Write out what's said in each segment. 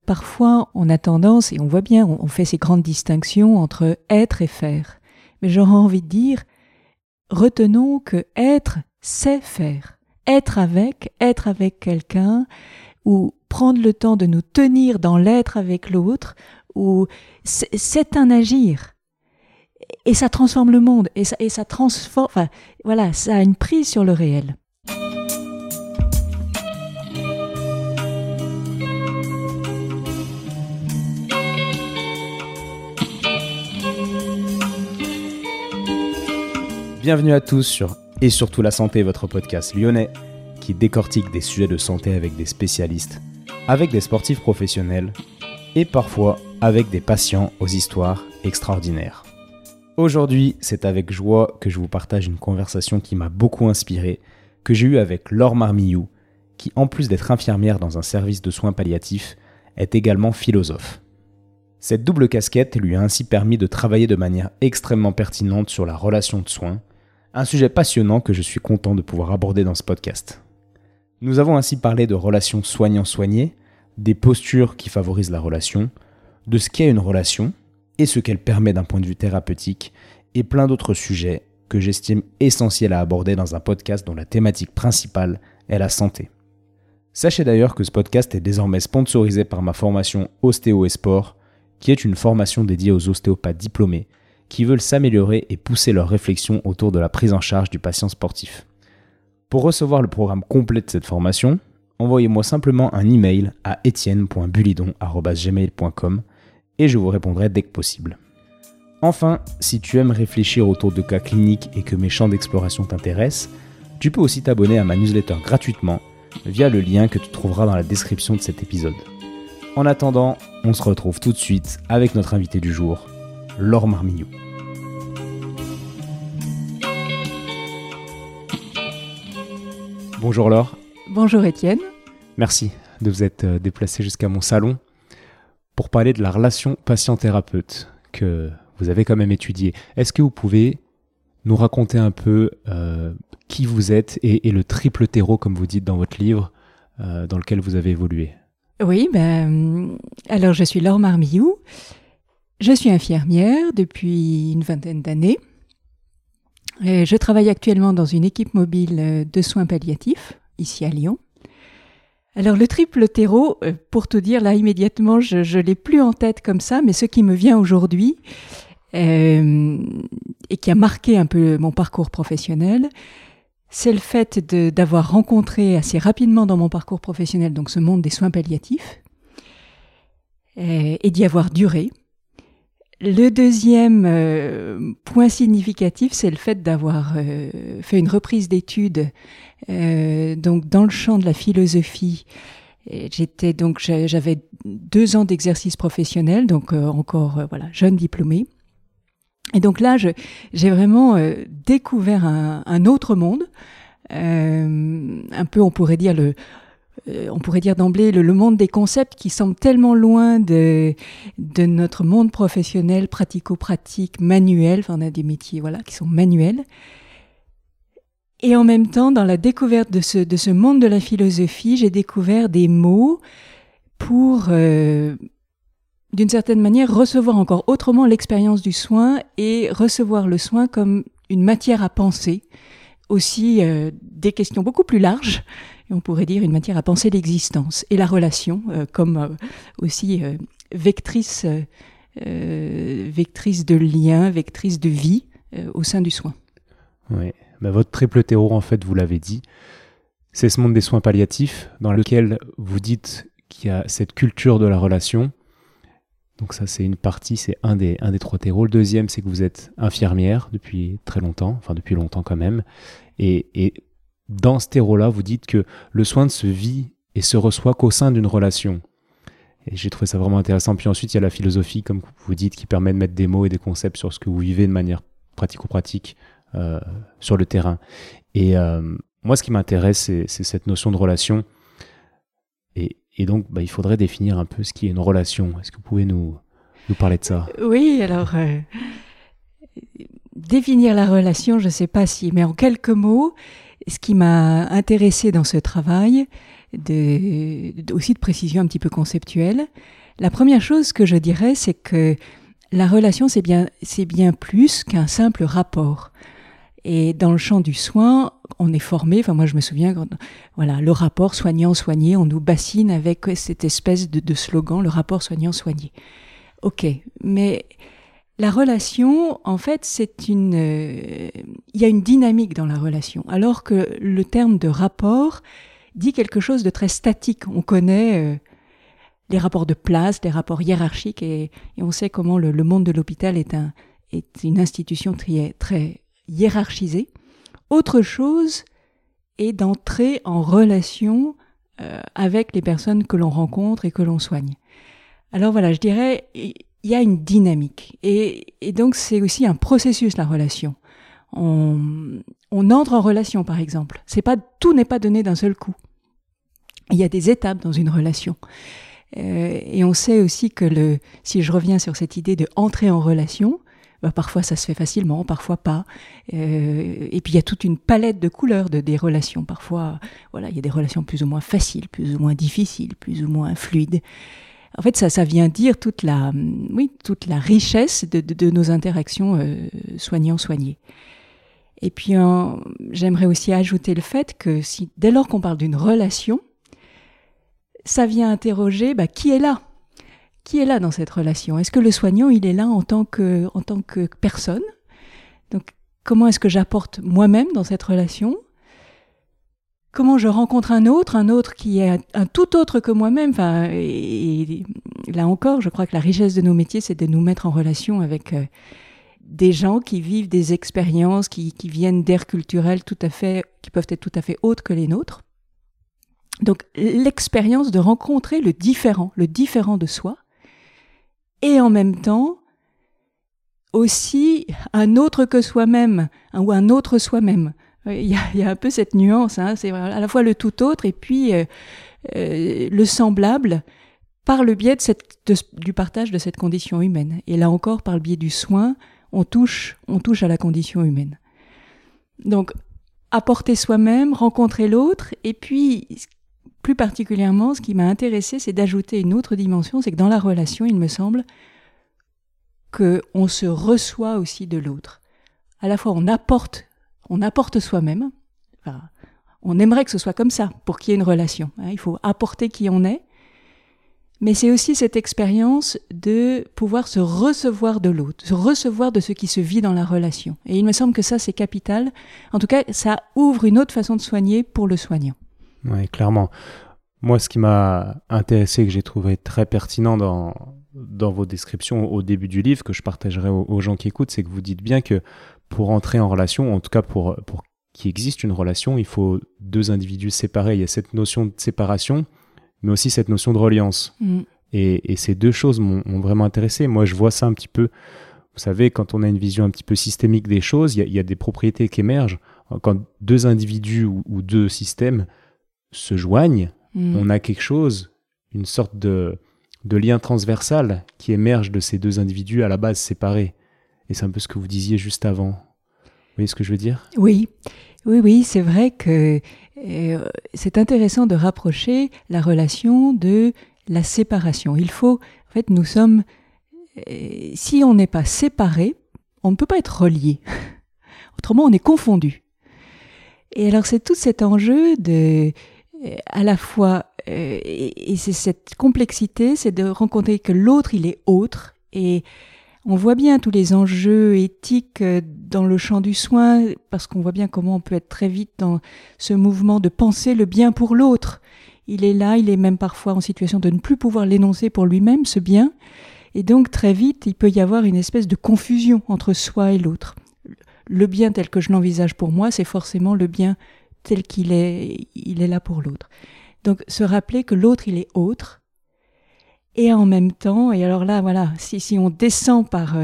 Parfois, on a tendance, et on voit bien, on fait ces grandes distinctions entre être et faire. Mais j'aurais envie de dire, retenons que être, c'est faire. Être avec quelqu'un, ou prendre le temps de nous tenir dans l'être avec l'autre, ou c'est un agir. Et ça transforme le monde, et ça transforme, enfin, voilà, ça a une prise sur le réel. Bienvenue à tous sur Et surtout la santé, votre podcast lyonnais qui décortique des sujets de santé avec des spécialistes, avec des sportifs professionnels et parfois avec des patients aux histoires extraordinaires. Aujourd'hui, c'est avec joie que je vous partage une conversation qui m'a beaucoup inspiré, que j'ai eue avec Laure Marmillou, qui en plus d'être infirmière dans un service de soins palliatifs, est également philosophe. Cette double casquette lui a ainsi permis de travailler de manière extrêmement pertinente sur la relation de soins, un sujet passionnant que je suis content de pouvoir aborder dans ce podcast. Nous avons ainsi parlé de relations soignant-soigné, des postures qui favorisent la relation, de ce qu'est une relation et ce qu'elle permet d'un point de vue thérapeutique, et plein d'autres sujets que j'estime essentiels à aborder dans un podcast dont la thématique principale est la santé. Sachez d'ailleurs que ce podcast est désormais sponsorisé par ma formation Ostéo et Sport, qui est une formation dédiée aux ostéopathes diplômés qui veulent s'améliorer et pousser leurs réflexions autour de la prise en charge du patient sportif. Pour recevoir le programme complet de cette formation, envoyez-moi simplement un email à etienne.bulidon@gmail.com et je vous répondrai dès que possible. Enfin, si tu aimes réfléchir autour de cas cliniques et que mes champs d'exploration t'intéressent, tu peux aussi t'abonner à ma newsletter gratuitement via le lien que tu trouveras dans la description de cet épisode. En attendant, on se retrouve tout de suite avec notre invité du jour, Laure Marmillou. Bonjour Laure. Bonjour Étienne. Merci de vous être déplacé jusqu'à mon salon pour parler de la relation patient-thérapeute que vous avez quand même étudiée. Est-ce que vous pouvez nous raconter un peu qui vous êtes et le triple terreau, comme vous dites dans votre livre, dans lequel vous avez évolué ? Oui, alors je suis Laure Marmillou. Je suis infirmière depuis une vingtaine d'années. Je travaille actuellement dans une équipe mobile de soins palliatifs, ici à Lyon. Alors le triple terreau, pour tout dire, là immédiatement, je ne l'ai plus en tête comme ça, mais ce qui me vient aujourd'hui, et qui a marqué un peu mon parcours professionnel, c'est le fait d'avoir rencontré assez rapidement dans mon parcours professionnel donc ce monde des soins palliatifs, et d'y avoir duré. Le deuxième point significatif, c'est le fait d'avoir fait une reprise d'études donc dans le champ de la philosophie. J'avais 2 ans d'exercice professionnel, donc encore jeune diplômée. Et donc là, j'ai vraiment découvert un autre monde, un peu on pourrait dire d'emblée le monde des concepts qui semble tellement loin de notre monde professionnel, pratico-pratique, manuel. Enfin, on a des métiers qui sont manuels. Et en même temps, dans la découverte de ce monde de la philosophie, j'ai découvert des mots pour, d'une certaine manière, recevoir encore autrement l'expérience du soin et recevoir le soin comme une matière à penser. Aussi des questions beaucoup plus larges, et on pourrait dire une matière à penser l'existence et la relation comme aussi vectrice de lien, vectrice de vie au sein du soin. Oui, votre triple terreau, en fait, vous l'avez dit, c'est ce monde des soins palliatifs dans lequel vous dites qu'il y a cette culture de la relation. Donc ça, c'est une partie, c'est un des 3 terreaux. Le deuxième, c'est que vous êtes infirmière depuis très longtemps, enfin depuis longtemps quand même. Et dans ce terreau-là, vous dites que le soin ne se vit et se reçoit qu'au sein d'une relation. Et j'ai trouvé ça vraiment intéressant. Puis ensuite, il y a la philosophie, comme vous dites, qui permet de mettre des mots et des concepts sur ce que vous vivez de manière pratico-pratique sur le terrain. Et moi, ce qui m'intéresse, c'est cette notion de relation. Et donc, il faudrait définir un peu ce qui est une relation. Est-ce que vous pouvez nous parler de ça ? Oui, alors, définir la relation, je ne sais pas si, mais en quelques mots, ce qui m'a intéressée dans ce travail, aussi de précision un petit peu conceptuelle. La première chose que je dirais, c'est que la relation, c'est bien plus qu'un simple rapport. Et dans le champ du soin, on est formé, enfin moi je me souviens, le rapport soignant-soigné, on nous bassine avec cette espèce de slogan, le rapport soignant-soigné. Ok, mais la relation, en fait, il y a une dynamique dans la relation, alors que le terme de rapport dit quelque chose de très statique. On connaît les rapports de place, les rapports hiérarchiques, et on sait comment le monde de l'hôpital est une institution très hiérarchisée. Autre chose est d'entrer en relation avec les personnes que l'on rencontre et que l'on soigne. Alors voilà, je dirais, il y a une dynamique. Et donc, c'est aussi un processus, la relation. On entre en relation, par exemple. Tout n'est pas donné d'un seul coup. Il y a des étapes dans une relation. Et on sait aussi que si je reviens sur cette idée de entrer en relation, parfois ça se fait facilement, parfois pas. Et puis il y a toute une palette de couleurs des relations. Parfois, il y a des relations plus ou moins faciles, plus ou moins difficiles, plus ou moins fluides. En fait, ça vient dire toute la richesse de nos interactions soignant-soigné. Et puis, j'aimerais aussi ajouter le fait que dès lors qu'on parle d'une relation, ça vient interroger qui est là. Qui est là dans cette relation? Est-ce que le soignant, il est là en tant que personne? Donc, comment est-ce que j'apporte moi-même dans cette relation? Comment je rencontre un autre qui est un tout autre que moi-même? Et là encore, je crois que la richesse de nos métiers, c'est de nous mettre en relation avec des gens qui vivent des expériences, qui viennent d'aires culturelles qui peuvent être tout à fait autres que les nôtres. Donc, l'expérience de rencontrer le différent de soi, et en même temps, aussi un autre que soi-même, ou un autre soi-même. Il y a un peu cette nuance, c'est à la fois le tout autre et puis le semblable par le biais du partage de cette condition humaine. Et là encore, par le biais du soin, on touche à la condition humaine. Donc, apporter soi-même, rencontrer l'autre, et puis, plus particulièrement, ce qui m'a intéressée, c'est d'ajouter une autre dimension, c'est que dans la relation, il me semble qu'on se reçoit aussi de l'autre. À la fois, on apporte soi-même. On aimerait que ce soit comme ça pour qu'il y ait une relation. Il faut apporter qui on est. Mais c'est aussi cette expérience de pouvoir se recevoir de l'autre, se recevoir de ce qui se vit dans la relation. Et il me semble que ça, c'est capital. En tout cas, ça ouvre une autre façon de soigner pour le soignant. Oui, clairement. Moi, ce qui m'a intéressé, que j'ai trouvé très pertinent dans vos descriptions au début du livre, que je partagerai aux gens qui écoutent, c'est que vous dites bien que pour entrer en relation, en tout cas pour qu'il existe une relation, il faut deux individus séparés. Il y a cette notion de séparation, mais aussi cette notion de reliance. Et ces deux choses m'ont vraiment intéressé. Moi, je vois ça un petit peu, vous savez, quand on a une vision un petit peu systémique des choses, il y a des propriétés qui émergent. Quand deux individus ou deux systèmes se joignent, on a quelque chose, une sorte de lien transversal qui émerge de ces deux individus à la base séparés. Et c'est un peu ce que vous disiez juste avant. Vous voyez ce que je veux dire ? Oui, c'est vrai que c'est intéressant de rapprocher la relation de la séparation. Il faut, en fait, nous sommes, si on n'est pas séparés, on ne peut pas être reliés. Autrement, on est confondus. Et alors, c'est tout cet enjeu à la fois, et c'est cette complexité, c'est de rencontrer que l'autre, il est autre. Et on voit bien tous les enjeux éthiques dans le champ du soin, parce qu'on voit bien comment on peut être très vite dans ce mouvement de penser le bien pour l'autre. Il est là, il est même parfois en situation de ne plus pouvoir l'énoncer pour lui-même, ce bien. Et donc, très vite, il peut y avoir une espèce de confusion entre soi et l'autre. Le bien tel que je l'envisage pour moi, c'est forcément le bien tel qu'il est, il est là pour l'autre. Donc, se rappeler que l'autre, il est autre. Et en même temps, et alors là, voilà, si on descend par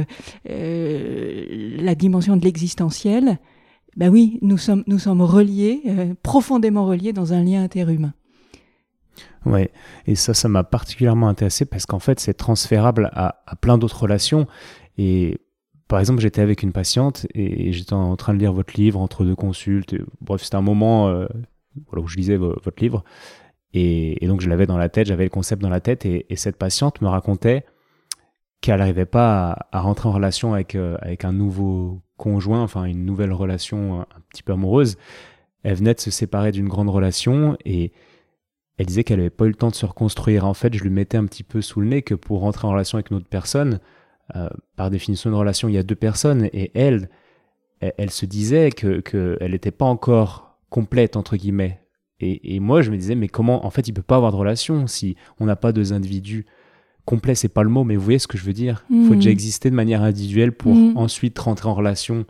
la dimension de l'existentiel, ben oui, nous sommes reliés, profondément reliés dans un lien interhumain. Ouais, et ça m'a particulièrement intéressé parce qu'en fait, c'est transférable à plein d'autres relations. Et par exemple, j'étais avec une patiente et j'étais en train de lire votre livre entre deux consultes. Bref, c'était un moment où je lisais votre livre. Et donc je l'avais dans la tête, j'avais le concept dans la tête, et cette patiente me racontait qu'elle n'arrivait pas à rentrer en relation avec un nouveau conjoint, enfin une nouvelle relation un petit peu amoureuse. Elle venait de se séparer d'une grande relation et elle disait qu'elle n'avait pas eu le temps de se reconstruire. En fait, je lui mettais un petit peu sous le nez que pour rentrer en relation avec une autre personne, par définition, une relation, il y a deux personnes, et elle se disait qu'elle n'était pas encore complète, entre guillemets. Et moi, je me disais, mais comment, en fait, il ne peut pas avoir de relation si on n'a pas deux individus complets, c'est pas le mot, mais vous voyez ce que je veux dire. Il faut déjà exister de manière individuelle pour ensuite rentrer en relation,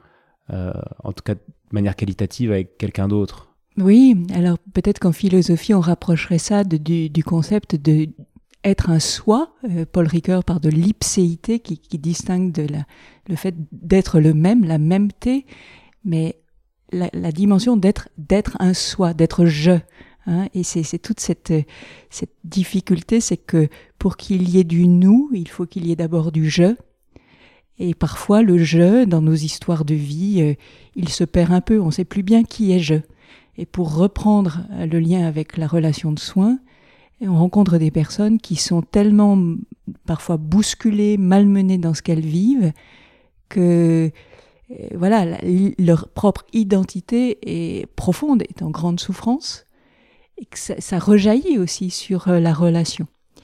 en tout cas de manière qualitative, avec quelqu'un d'autre. Oui, alors peut-être qu'en philosophie, on rapprocherait ça du concept de être un soi. Paul Ricoeur parle de l'ipséité qui distingue le fait d'être le même, la mêmeté, mais la dimension d'être un soi, d'être je. Hein, et c'est toute cette difficulté, c'est que pour qu'il y ait du nous, il faut qu'il y ait d'abord du je. Et parfois, le je, dans nos histoires de vie, il se perd un peu, on ne sait plus bien qui est je. Et pour reprendre le lien avec la relation de soins, on rencontre des personnes qui sont tellement parfois bousculées, malmenées dans ce qu'elles vivent, que voilà, leur propre identité est profonde, est en grande souffrance, et que ça rejaillit aussi sur la relation.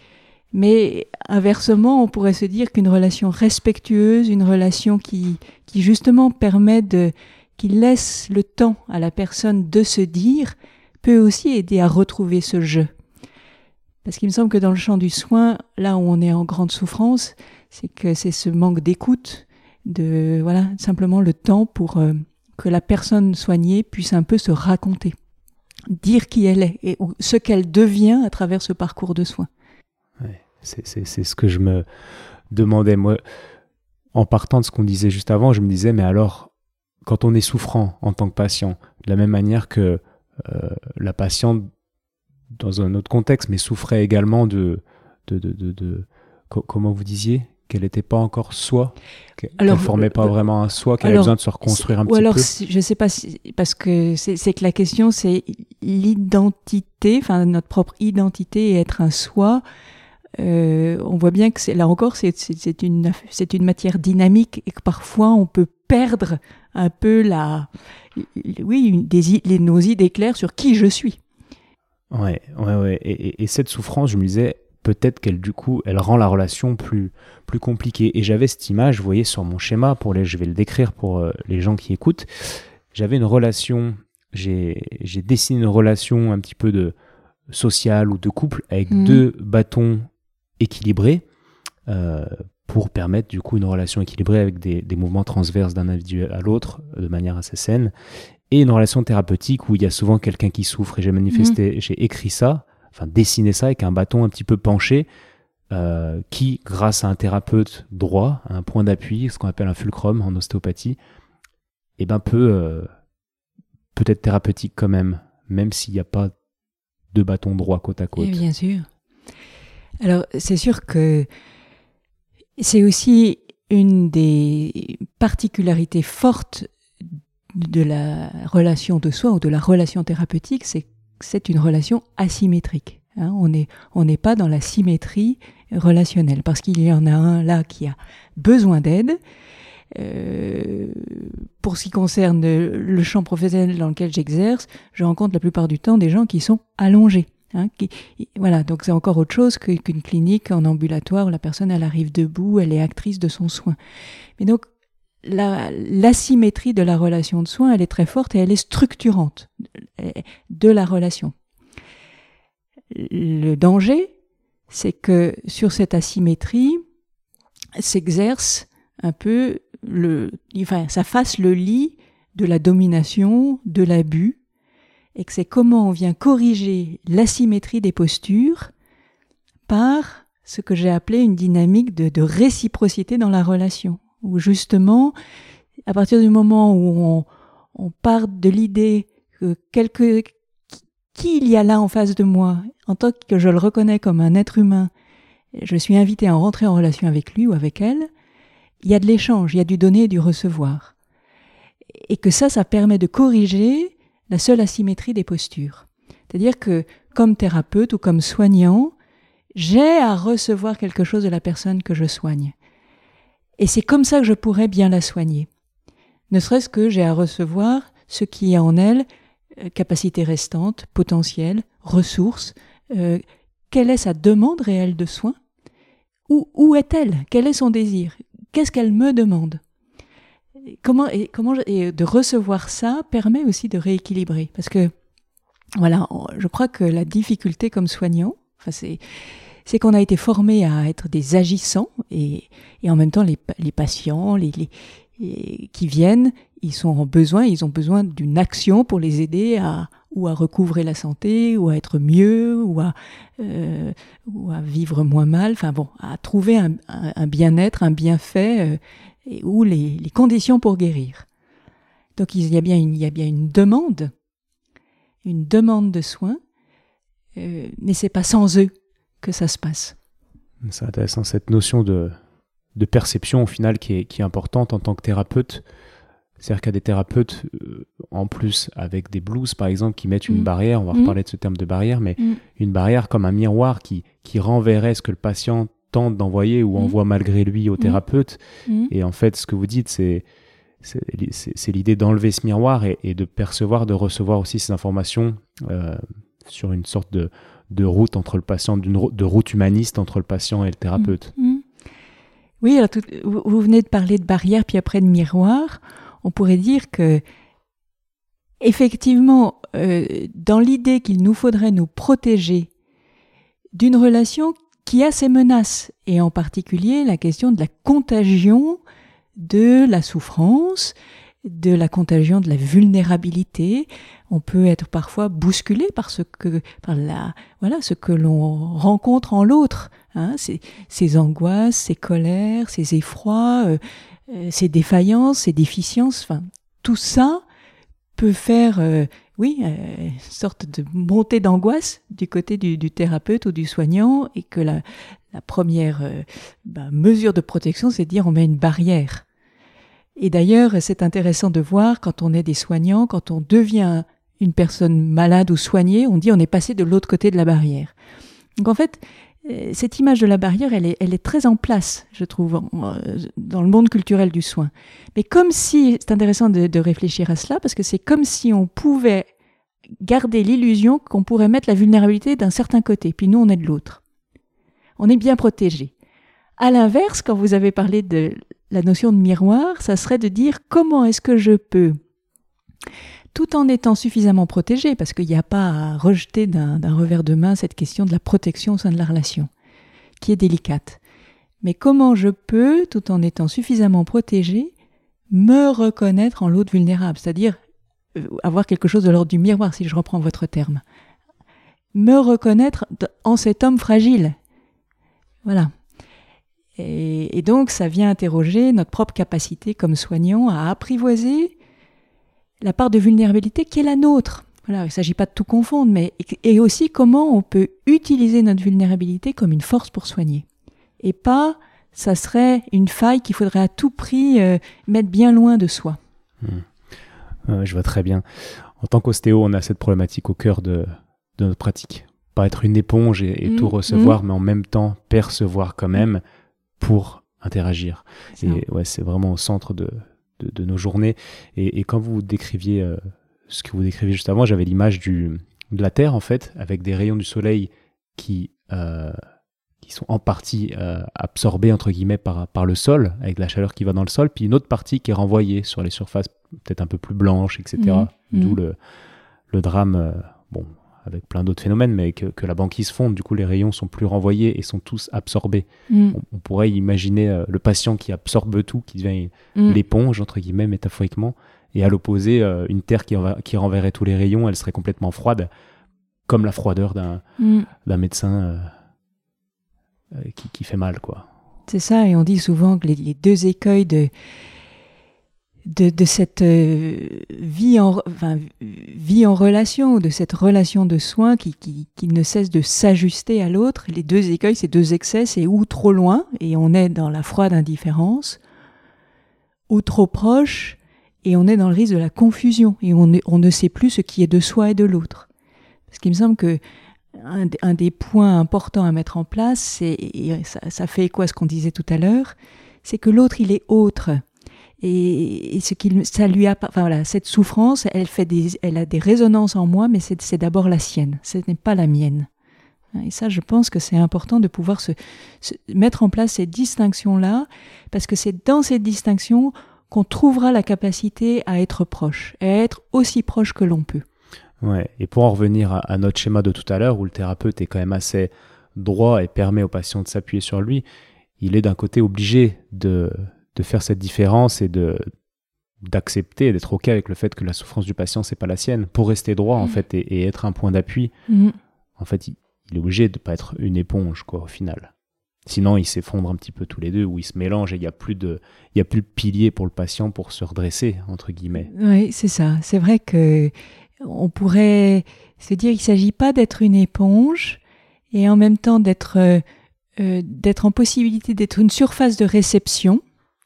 Mais inversement, on pourrait se dire qu'une relation respectueuse, une relation qui justement permet qui laisse le temps à la personne de se dire, peut aussi aider à retrouver ce je. Parce qu'il me semble que dans le champ du soin, là où on est en grande souffrance, c'est que c'est ce manque d'écoute, simplement le temps pour que la personne soignée puisse un peu se raconter, dire qui elle est et ce qu'elle devient à travers ce parcours de soins. Ouais, c'est ce que je me demandais. Moi, en partant de ce qu'on disait juste avant, je me disais, mais alors, quand on est souffrant en tant que patient, de la même manière que la patiente, dans un autre contexte, mais souffrait également comment vous disiez, qu'elle n'était pas encore soi, qu'elle ne formait pas vraiment un soi, qu'elle avait besoin de se reconstruire un petit peu. Ou alors, je ne sais pas, parce que c'est que la question, c'est l'identité, enfin notre propre identité et être un soi. On voit bien que là encore, c'est une matière dynamique et que parfois on peut perdre un peu nos idées claires sur qui je suis. Ouais. Et cette souffrance, je me disais, peut-être qu'elle, du coup, elle rend la relation plus compliquée. Et j'avais cette image, vous voyez, sur mon schéma, je vais le décrire pour les gens qui écoutent. J'avais une relation, j'ai dessiné une relation un petit peu sociale ou de couple avec deux bâtons équilibrés pour permettre, du coup, une relation équilibrée avec des mouvements transverses d'un individu à l'autre de manière assez saine. Et une relation thérapeutique où il y a souvent quelqu'un qui souffre. Et j'ai écrit ça, enfin dessiné ça avec un bâton un petit peu penché, qui, grâce à un thérapeute droit, un point d'appui, ce qu'on appelle un fulcrum en ostéopathie, peut être thérapeutique quand même s'il n'y a pas deux bâtons droits côte à côte. Et bien sûr. Alors, c'est sûr que c'est aussi une des particularités fortes de la relation de soi ou de la relation thérapeutique, c'est que c'est une relation asymétrique. Hein, on n'est pas dans la symétrie relationnelle parce qu'il y en a un là qui a besoin d'aide. Pour ce qui concerne le champ professionnel dans lequel j'exerce, je rencontre la plupart du temps des gens qui sont allongés. Hein, voilà, donc c'est encore autre chose qu'une clinique en ambulatoire où la personne elle arrive debout, elle est actrice de son soin. Mais donc l'asymétrie de la relation de soins, elle est très forte et elle est structurante de la relation. Le danger, c'est que sur cette asymétrie s'exerce un peu ça fasse le lit de la domination, de l'abus, et que c'est comment on vient corriger l'asymétrie des postures par ce que j'ai appelé une dynamique de réciprocité dans la relation. Où justement, à partir du moment où on part de l'idée que qui il y a là en face de moi, en tant que je le reconnais comme un être humain, je suis invité à rentrer en relation avec lui ou avec elle, il y a de l'échange, il y a du donner et du recevoir. Et que ça permet de corriger la seule asymétrie des postures. C'est-à-dire que comme thérapeute ou comme soignant, j'ai à recevoir quelque chose de la personne que je soigne. Et c'est comme ça que je pourrais bien la soigner. Ne serait-ce que j'ai à recevoir ce qui est en elle, capacité restante, potentiel, ressources, quelle est sa demande réelle de soins, où est-elle, quel est son désir, qu'est-ce qu'elle me demande. Et de recevoir ça permet aussi de rééquilibrer, parce que voilà, je crois que la difficulté comme soignant, c'est qu'on a été formé à être des agissants et en même temps les patients, qui viennent, ils ont besoin d'une action pour les aider à recouvrer la santé, ou à être mieux, ou à vivre moins mal, enfin bon, à trouver un bien-être, un bienfait, ou les conditions pour guérir. Donc il y a bien une demande de soins, mais c'est pas sans eux que ça se passe. C'est intéressant, cette notion de perception au final qui est importante en tant que thérapeute. C'est-à-dire qu'il y a des thérapeutes, en plus avec des blues par exemple, qui mettent une barrière, on va reparler de ce terme de barrière, mais une barrière comme un miroir qui renverrait ce que le patient tente d'envoyer ou envoie malgré lui au thérapeute. Et en fait, ce que vous dites, c'est l'idée d'enlever ce miroir et de percevoir, de recevoir aussi ces informations sur une sorte de route entre le patient, de route humaniste entre le patient et le thérapeute. Oui, alors vous venez de parler de barrière, puis après de miroir. On pourrait dire que, effectivement, dans l'idée qu'il nous faudrait nous protéger d'une relation qui a ses menaces, et en particulier la question de la contagion de la souffrance, de la contagion de la vulnérabilité. On peut être parfois bousculé par ce que l'on rencontre en l'autre, hein, ses angoisses, ses colères, ses effrois, ses défaillances, ses déficiences. Enfin, tout ça peut faire, une sorte de montée d'angoisse du côté du thérapeute ou du soignant, et que la première mesure de protection, c'est de dire on met une barrière. Et d'ailleurs, c'est intéressant de voir quand on est des soignants, quand on devient une personne malade ou soignée, on dit on est passé de l'autre côté de la barrière. Donc en fait, cette image de la barrière, elle est très en place, je trouve, dans le monde culturel du soin. Mais comme si, c'est intéressant de réfléchir à cela, parce que c'est comme si on pouvait garder l'illusion qu'on pourrait mettre la vulnérabilité d'un certain côté, puis nous on est de l'autre. On est bien protégé. À l'inverse, quand vous avez parlé de la notion de miroir, ça serait de dire comment est-ce que je peux, tout en étant suffisamment protégé, parce qu'il n'y a pas à rejeter d'un revers de main cette question de la protection au sein de la relation, qui est délicate. Mais comment je peux, tout en étant suffisamment protégé, me reconnaître en l'autre vulnérable, c'est-à-dire avoir quelque chose de l'ordre du miroir, si je reprends votre terme. Me reconnaître en cet homme fragile. Voilà. Et donc, ça vient interroger notre propre capacité comme soignant à apprivoiser la part de vulnérabilité qui est la nôtre. Voilà, il ne s'agit pas de tout confondre, mais et aussi comment on peut utiliser notre vulnérabilité comme une force pour soigner. Et pas, ça serait une faille qu'il faudrait à tout prix mettre bien loin de soi. Je vois très bien. En tant qu'ostéo, on a cette problématique au cœur de notre pratique. Pas être une éponge et tout recevoir, mais en même temps percevoir quand même pour interagir. Et ouais, c'est vraiment au centre de nos journées. Et quand vous décriviez ce que vous décriviez juste avant, j'avais l'image de la Terre, en fait, avec des rayons du soleil qui sont en partie absorbés, entre guillemets, par le sol, avec la chaleur qui va dans le sol, puis une autre partie qui est renvoyée sur les surfaces peut-être un peu plus blanches, etc. D'où le drame, avec plein d'autres phénomènes, mais que la banquise fonde, du coup les rayons sont plus renvoyés et sont tous absorbés. On pourrait imaginer le patient qui absorbe tout, qui devient l'éponge, entre guillemets, métaphoriquement, et à l'opposé, une terre qui renverrait tous les rayons, elle serait complètement froide, comme la froideur d'un médecin qui fait mal, quoi. C'est ça, et on dit souvent que les deux écueils de cette vie en relation, de cette relation de soins qui ne cesse de s'ajuster à l'autre. Les deux écueils, ces deux excès, c'est ou trop loin, et on est dans la froide indifférence, ou trop proche, et on est dans le risque de la confusion, et on ne sait plus ce qui est de soi et de l'autre. Parce qu'il me semble que un des points importants à mettre en place, et ça fait écho à ce qu'on disait tout à l'heure, c'est que l'autre, il est autre. Et ça lui a, enfin voilà, cette souffrance, elle a des résonances en moi, mais c'est d'abord la sienne, ce n'est pas la mienne. Et ça, je pense que c'est important de pouvoir se mettre en place ces distinctions-là, parce que c'est dans cette distinction qu'on trouvera la capacité à être proche, et à être aussi proche que l'on peut. Ouais, et pour en revenir à notre schéma de tout à l'heure, où le thérapeute est quand même assez droit et permet au patient de s'appuyer sur lui, il est d'un côté obligé de faire cette différence et d'accepter, d'être OK avec le fait que la souffrance du patient, c'est pas la sienne, pour rester droit, en fait, et être un point d'appui. En fait, il est obligé de pas être une éponge, quoi, au final. Sinon, ils s'effondrent un petit peu tous les deux, ou ils se mélangent et il y a plus de pilier pour le patient pour se redresser, entre guillemets. Oui, c'est ça. C'est vrai que on pourrait se dire qu'il ne s'agit pas d'être une éponge et en même temps d'être en possibilité d'être une surface de réception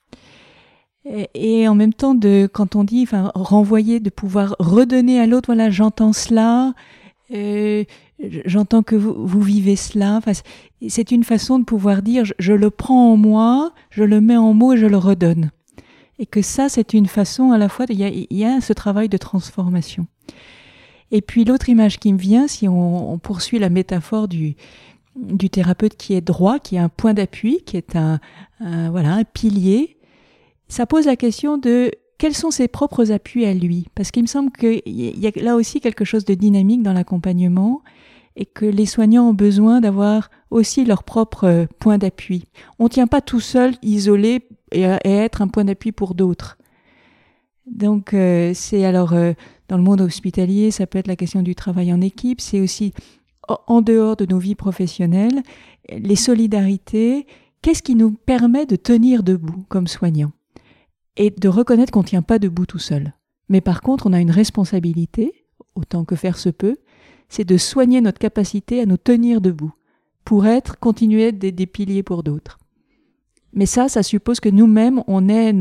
et en même temps quand on dit renvoyer, de pouvoir redonner à l'autre, voilà, j'entends cela, j'entends que vous vivez cela. C'est une façon de pouvoir dire je le prends en moi, je le mets en mots et je le redonne. Et que ça, c'est une façon à la fois, il y a ce travail de transformation. Et puis l'autre image qui me vient, si on poursuit la métaphore du thérapeute qui est droit, qui est un point d'appui, qui est un pilier, ça pose la question de quels sont ses propres appuis à lui. Parce qu'il me semble qu'il y a là aussi quelque chose de dynamique dans l'accompagnement et que les soignants ont besoin d'avoir aussi leur propre point d'appui. On ne tient pas tout seul, isolé, et être un point d'appui pour d'autres. Donc c'est alors dans le monde hospitalier, ça peut être la question du travail en équipe, c'est aussi en dehors de nos vies professionnelles, les solidarités, qu'est-ce qui nous permet de tenir debout comme soignants et de reconnaître qu'on ne tient pas debout tout seul. Mais par contre, on a une responsabilité, autant que faire se peut, c'est de soigner notre capacité à nous tenir debout pour continuer à être des piliers pour d'autres. Mais ça suppose que nous-mêmes, on ait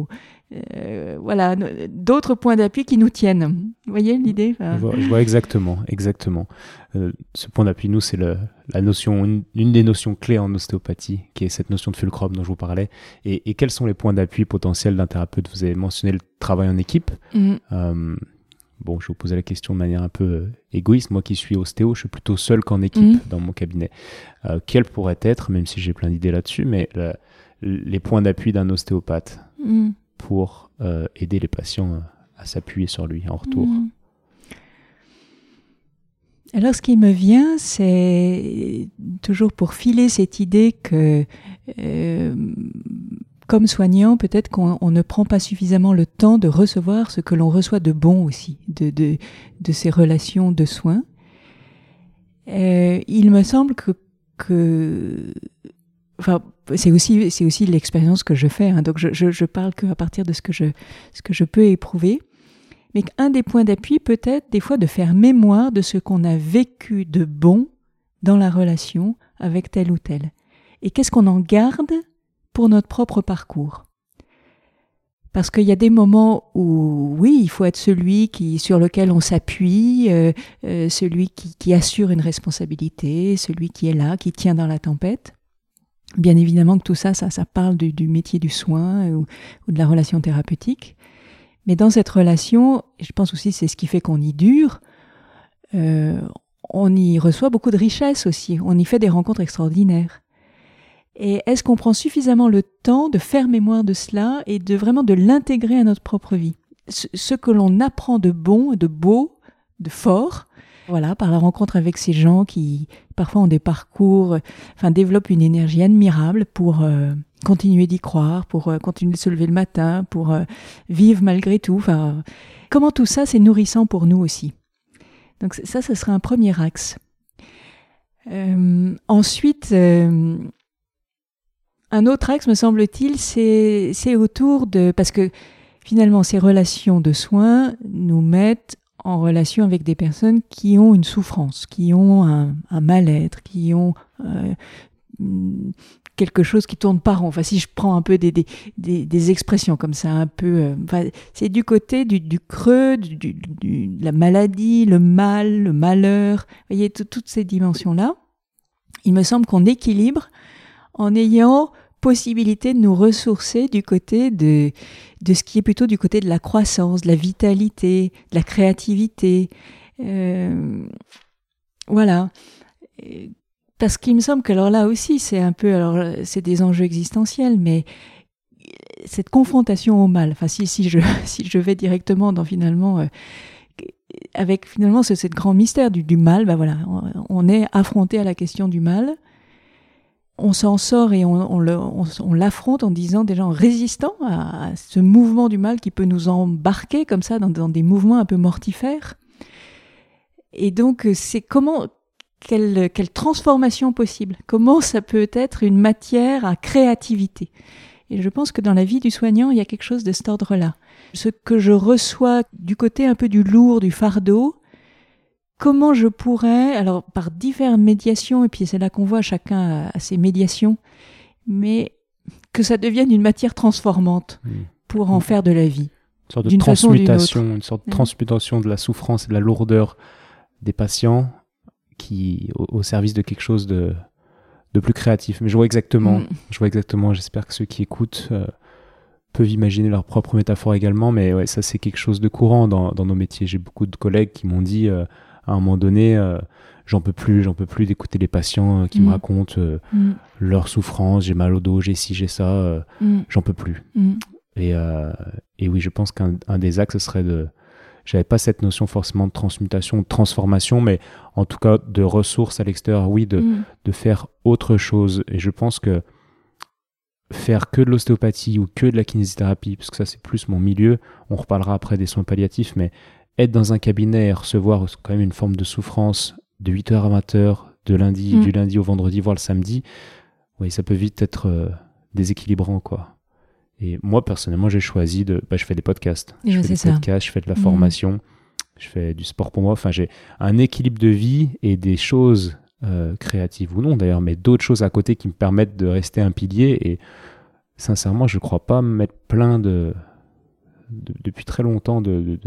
d'autres points d'appui qui nous tiennent. Vous voyez l'idée ? Je vois exactement. Ce point d'appui, nous, c'est la notion, une des notions clés en ostéopathie, qui est cette notion de fulcrum dont je vous parlais. Et quels sont les points d'appui potentiels d'un thérapeute ? Vous avez mentionné le travail en équipe. Bon, je vais vous poser la question de manière un peu égoïste. Moi qui suis ostéo, je suis plutôt seul qu'en équipe dans mon cabinet. Quels pourraient être, même si j'ai plein d'idées là-dessus, mais les points d'appui d'un ostéopathe pour aider les patients à s'appuyer sur lui en retour. Alors, ce qui me vient, c'est toujours pour filer cette idée que, comme soignant, peut-être qu'on ne prend pas suffisamment le temps de recevoir ce que l'on reçoit de bon aussi, de ces relations de soins. Il me semble que c'est aussi l'expérience que je fais, hein, donc je parle qu'à partir de ce que je peux éprouver. Mais un des points d'appui peut être des fois de faire mémoire de ce qu'on a vécu de bon dans la relation avec tel ou tel. Et qu'est-ce qu'on en garde pour notre propre parcours. Parce qu'il y a des moments où, oui, il faut être celui sur lequel on s'appuie, celui qui assure une responsabilité, celui qui est là, qui tient dans la tempête. Bien évidemment que tout ça parle du métier du soin ou de la relation thérapeutique. Mais dans cette relation, je pense aussi c'est ce qui fait qu'on y dure, on y reçoit beaucoup de richesses aussi, on y fait des rencontres extraordinaires. Et est-ce qu'on prend suffisamment le temps de faire mémoire de cela et vraiment de l'intégrer à notre propre vie ? Ce que l'on apprend de bon, de beau, de fort, voilà, par la rencontre avec ces gens qui parfois ont des parcours, développent une énergie admirable pour continuer d'y croire, pour continuer de se lever le matin, pour vivre malgré tout. Comment tout ça, c'est nourrissant pour nous aussi. Donc ça serait un premier axe. Ensuite, un autre axe, me semble-t-il, c'est autour de... Parce que finalement, ces relations de soins nous mettent en relation avec des personnes qui ont une souffrance, qui ont un mal-être, qui ont quelque chose qui tourne pas rond. Enfin, si je prends un peu des expressions comme ça, un peu, c'est du côté du creux, de la maladie, le mal, le malheur. Vous voyez, toutes ces dimensions-là. Il me semble qu'on équilibre en ayant possibilité de nous ressourcer du côté de ce qui est plutôt du côté de la croissance, de la vitalité, de la créativité. Voilà. Parce qu'il me semble que alors là aussi, c'est un peu, alors c'est des enjeux existentiels, mais cette confrontation au mal, enfin si je vais directement dans finalement avec finalement ce grand mystère du mal, ben voilà, on est affronté à la question du mal. On s'en sort et on l'affronte en disant déjà en résistant à ce mouvement du mal qui peut nous embarquer comme ça dans des mouvements un peu mortifères. Et donc c'est quelle transformation possible, comment ça peut être une matière à créativité. Et je pense que dans la vie du soignant, il y a quelque chose de cet ordre-là. Ce que je reçois du côté un peu du lourd, du fardeau, comment je pourrais, alors par diverses médiations, et puis c'est là qu'on voit chacun à ses médiations, mais que ça devienne une matière transformante pour en faire de la vie. Une sorte de transmutation, une sorte de transmutation de la souffrance et de la lourdeur des patients qui au service de quelque chose de plus créatif. Mais je vois exactement, j'espère que ceux qui écoutent peuvent imaginer leur propre métaphore également, mais ouais, ça c'est quelque chose de courant dans nos métiers. J'ai beaucoup de collègues qui m'ont dit à un moment donné, j'en peux plus d'écouter les patients qui me racontent leur souffrance, j'ai mal au dos, j'ai ci, j'ai ça, j'en peux plus. Et oui, je pense qu'un des axes, ce serait j'avais pas cette notion forcément de transmutation, de transformation, mais en tout cas de ressources à l'extérieur, oui, de faire autre chose. Et je pense que faire que de l'ostéopathie ou que de la kinésithérapie, parce que ça c'est plus mon milieu, on reparlera après des soins palliatifs, mais être dans un cabinet et recevoir quand même une forme de souffrance de 8h à 20h, du lundi au vendredi, voire le samedi, oui, ça peut vite être déséquilibrant, quoi. Et moi, personnellement, j'ai choisi je fais des podcasts. Je fais de la formation, je fais du sport pour moi. Enfin, j'ai un équilibre de vie et des choses créatives ou non d'ailleurs, mais d'autres choses à côté qui me permettent de rester un pilier. Et sincèrement, je ne crois pas me mettre plein depuis très longtemps de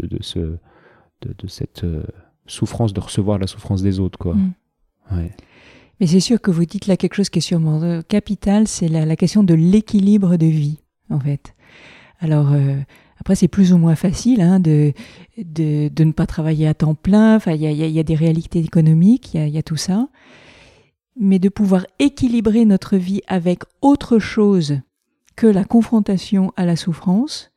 cette souffrance, de recevoir la souffrance des autres, quoi. Ouais. Mais c'est sûr que vous dites là quelque chose qui est sûrement capital, c'est la question de l'équilibre de vie, en fait. Alors, après, c'est plus ou moins facile de ne pas travailler à temps plein. Enfin, il y a des réalités économiques, il y a tout ça. Mais de pouvoir équilibrer notre vie avec autre chose que la confrontation à la souffrance,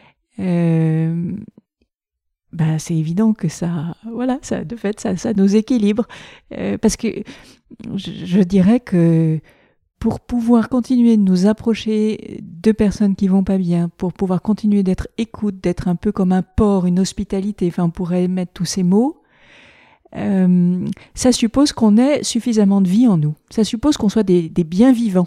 c'est évident que ça nous équilibre. Parce que je dirais que pour pouvoir continuer de nous approcher de personnes qui vont pas bien, pour pouvoir continuer d'être écoute, d'être un peu comme un port, une hospitalité, enfin on pourrait mettre tous ces mots, ça suppose qu'on ait suffisamment de vie en nous. Ça suppose qu'on soit des biens vivants.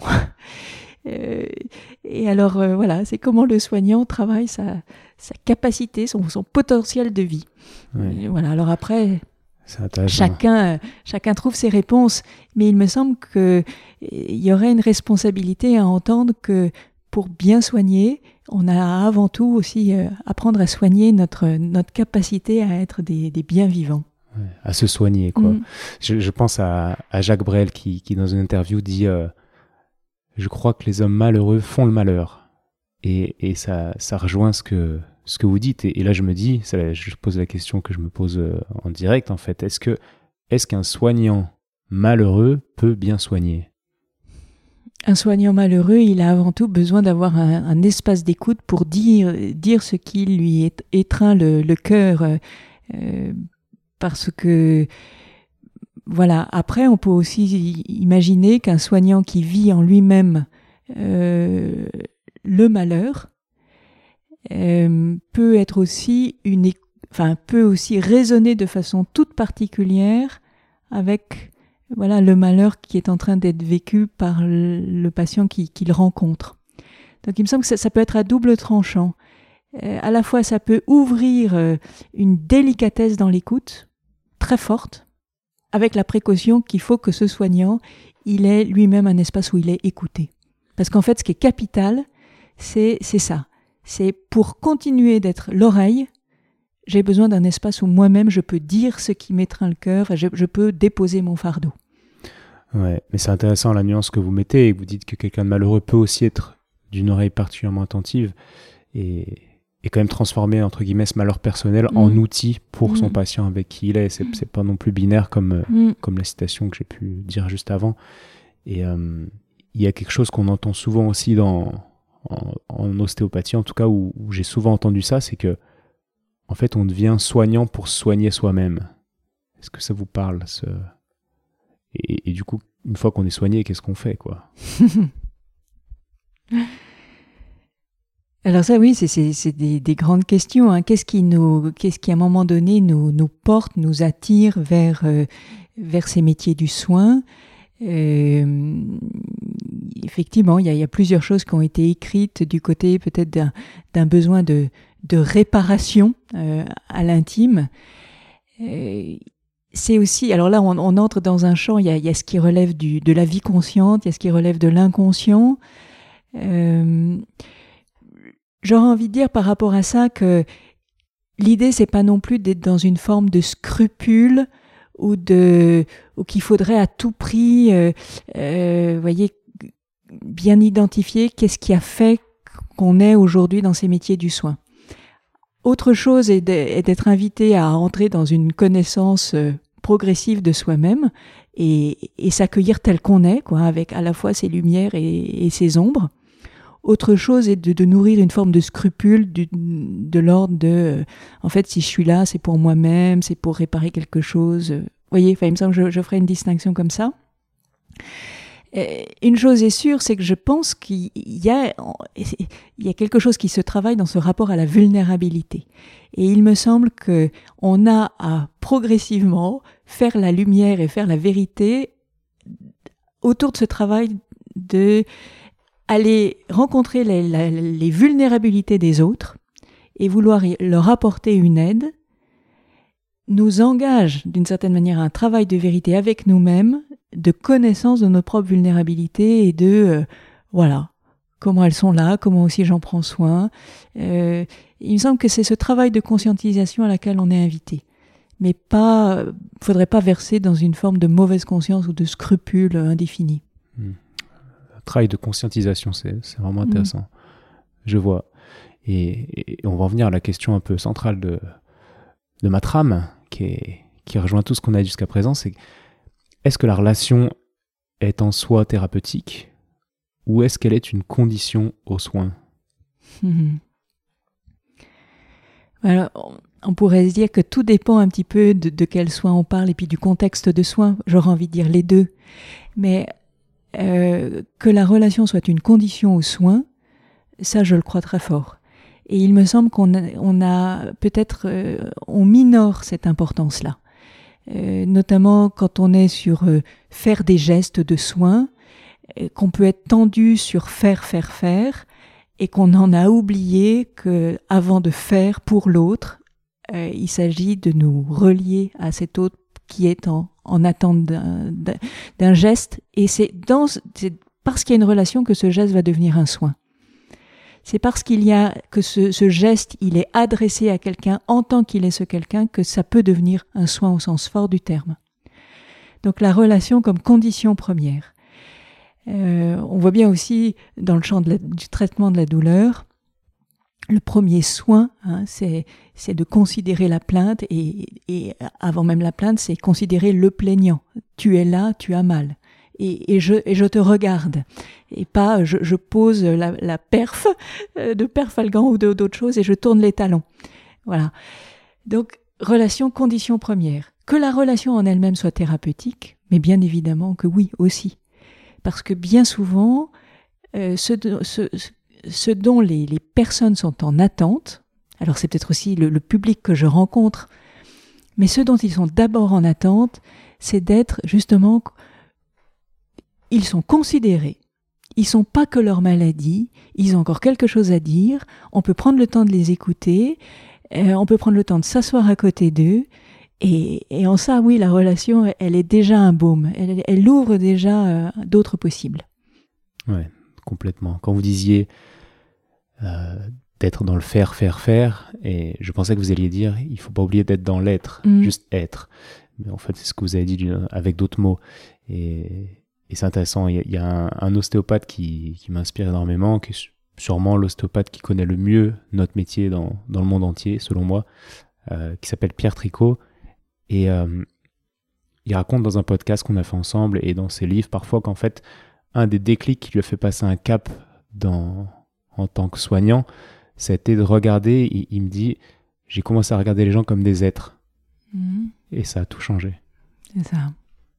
Et alors voilà, c'est comment le soignant travaille sa capacité, son potentiel de vie. Ouais. Voilà, alors après... Chacun trouve ses réponses, mais il me semble qu'il y aurait une responsabilité à entendre que pour bien soigner, on a avant tout aussi apprendre à soigner notre capacité à être des biens vivants. Ouais, à se soigner, quoi. Je pense à Jacques Brel qui dans une interview dit je crois que les hommes malheureux font le malheur. Et ça rejoint ce que vous dites, et là je me dis, je pose la question que je me pose en direct en fait, est-ce qu'un soignant malheureux peut bien soigner ? Un soignant malheureux, il a avant tout besoin d'avoir un espace d'écoute pour dire ce qui lui étreint le cœur, parce que voilà. Après, on peut aussi imaginer qu'un soignant qui vit en lui-même le malheur peut aussi résonner de façon toute particulière avec le malheur qui est en train d'être vécu par le patient qu'il rencontre. Donc il me semble que ça peut être à double tranchant. À la fois ça peut ouvrir une délicatesse dans l'écoute très forte, avec la précaution qu'il faut que ce soignant il ait lui-même un espace où il est écouté. Parce qu'en fait, ce qui est capital, c'est ça. C'est pour continuer d'être l'oreille, j'ai besoin d'un espace où moi-même je peux dire ce qui m'étreint le cœur, et je peux déposer mon fardeau. Ouais, mais c'est intéressant la nuance que vous mettez, et que vous dites que quelqu'un de malheureux peut aussi être d'une oreille particulièrement attentive et quand même transformer entre guillemets ce malheur personnel en outil pour son patient avec qui il est. C'est pas non plus binaire comme la citation que j'ai pu dire juste avant. Et il y a quelque chose qu'on entend souvent aussi en ostéopathie, en tout cas où j'ai souvent entendu ça, c'est que en fait on devient soignant pour soigner soi-même. Est-ce que ça vous parle et du coup, une fois qu'on est soigné, qu'est-ce qu'on fait, quoi? Alors ça, oui, c'est des grandes questions. Hein. Qu'est-ce qui à un moment donné nous porte, nous attire vers ces métiers du soin? Effectivement, il y a plusieurs choses qui ont été écrites du côté peut-être d'un besoin de réparation à l'intime. C'est aussi, alors là, on entre dans un champ. Il y a ce qui relève de la vie consciente, il y a ce qui relève de l'inconscient. J'aurais envie de dire par rapport à ça que l'idée, c'est pas non plus d'être dans une forme de scrupule ou qu'il faudrait à tout prix, voyez, bien identifier qu'est-ce qui a fait qu'on est aujourd'hui dans ces métiers du soin. Autre chose est d'être invité à entrer dans une connaissance progressive de soi-même et s'accueillir tel qu'on est, quoi, avec à la fois ses lumières et ses ombres. Autre chose est de nourrir une forme de scrupule de l'ordre de en fait, si je suis là, c'est pour moi-même, c'est pour réparer quelque chose. Vous voyez, il me semble que je ferai une distinction comme ça. Une chose est sûre, c'est que je pense qu'il y a quelque chose qui se travaille dans ce rapport à la vulnérabilité. Et il me semble que on a à progressivement faire la lumière et faire la vérité autour de ce travail de aller rencontrer les vulnérabilités des autres et vouloir leur apporter une aide, nous engage d'une certaine manière à un travail de vérité avec nous-mêmes, de connaissance de nos propres vulnérabilités et de voilà, comment elles sont là, comment aussi j'en prends soin. Il me semble que c'est ce travail de conscientisation à laquelle on est invité. Mais faudrait pas verser dans une forme de mauvaise conscience ou de scrupule indéfini. Travail de conscientisation, c'est vraiment intéressant. Je vois. Et on va en venir à la question un peu centrale de ma trame, qui rejoint tout ce qu'on a dit jusqu'à présent, c'est est-ce que la relation est en soi thérapeutique ou est-ce qu'elle est une condition aux soins? Alors, on pourrait se dire que tout dépend un petit peu de quel soin on parle et puis du contexte de soin. J'aurais envie de dire les deux. Mais que la relation soit une condition aux soins, ça je le crois très fort. Et il me semble qu'on a peut-être on minore cette importance-là, notamment quand on est sur faire des gestes de soins, qu'on peut être tendu sur faire, et qu'on en a oublié que avant de faire pour l'autre, il s'agit de nous relier à cet autre qui est en attente d'un geste, et c'est parce qu'il y a une relation que ce geste va devenir un soin. C'est parce que ce geste, il est adressé à quelqu'un en tant qu'il est ce quelqu'un que ça peut devenir un soin au sens fort du terme. Donc la relation comme condition première. On voit bien aussi dans le champ du traitement de la douleur, le premier soin, c'est de considérer la plainte et avant même la plainte, c'est considérer le plaignant. Tu es là, tu as mal. Et je te regarde. Et pas je pose la perf de Perfalgan ou d'autres choses et je tourne les talons. Voilà. Donc, relation, condition première. Que la relation en elle-même soit thérapeutique, mais bien évidemment que oui, aussi. Parce que bien souvent, ce dont les personnes sont en attente, alors c'est peut-être aussi le public que je rencontre, mais ce dont ils sont d'abord en attente, c'est d'être justement, ils sont considérés, ils sont pas que leur maladie, ils ont encore quelque chose à dire, on peut prendre le temps de les écouter, on peut prendre le temps de s'asseoir à côté d'eux, et en ça, oui, la relation, elle est déjà un baume, elle ouvre déjà d'autres possibles. Ouais. complètement. Quand vous disiez d'être dans le faire, et je pensais que vous alliez dire, il faut pas oublier d'être dans l'être, juste être. Mais en fait, c'est ce que vous avez dit avec d'autres mots. Et c'est intéressant. Il y a un ostéopathe qui m'inspire énormément, qui est sûrement l'ostéopathe qui connaît le mieux notre métier dans le monde entier, selon moi, qui s'appelle Pierre Tricot. Et il raconte dans un podcast qu'on a fait ensemble et dans ses livres parfois qu'en fait, un des déclics qui lui a fait passer un cap en tant que soignant, ça a été de regarder, il me dit, j'ai commencé à regarder les gens comme des êtres. Et ça a tout changé. C'est ça.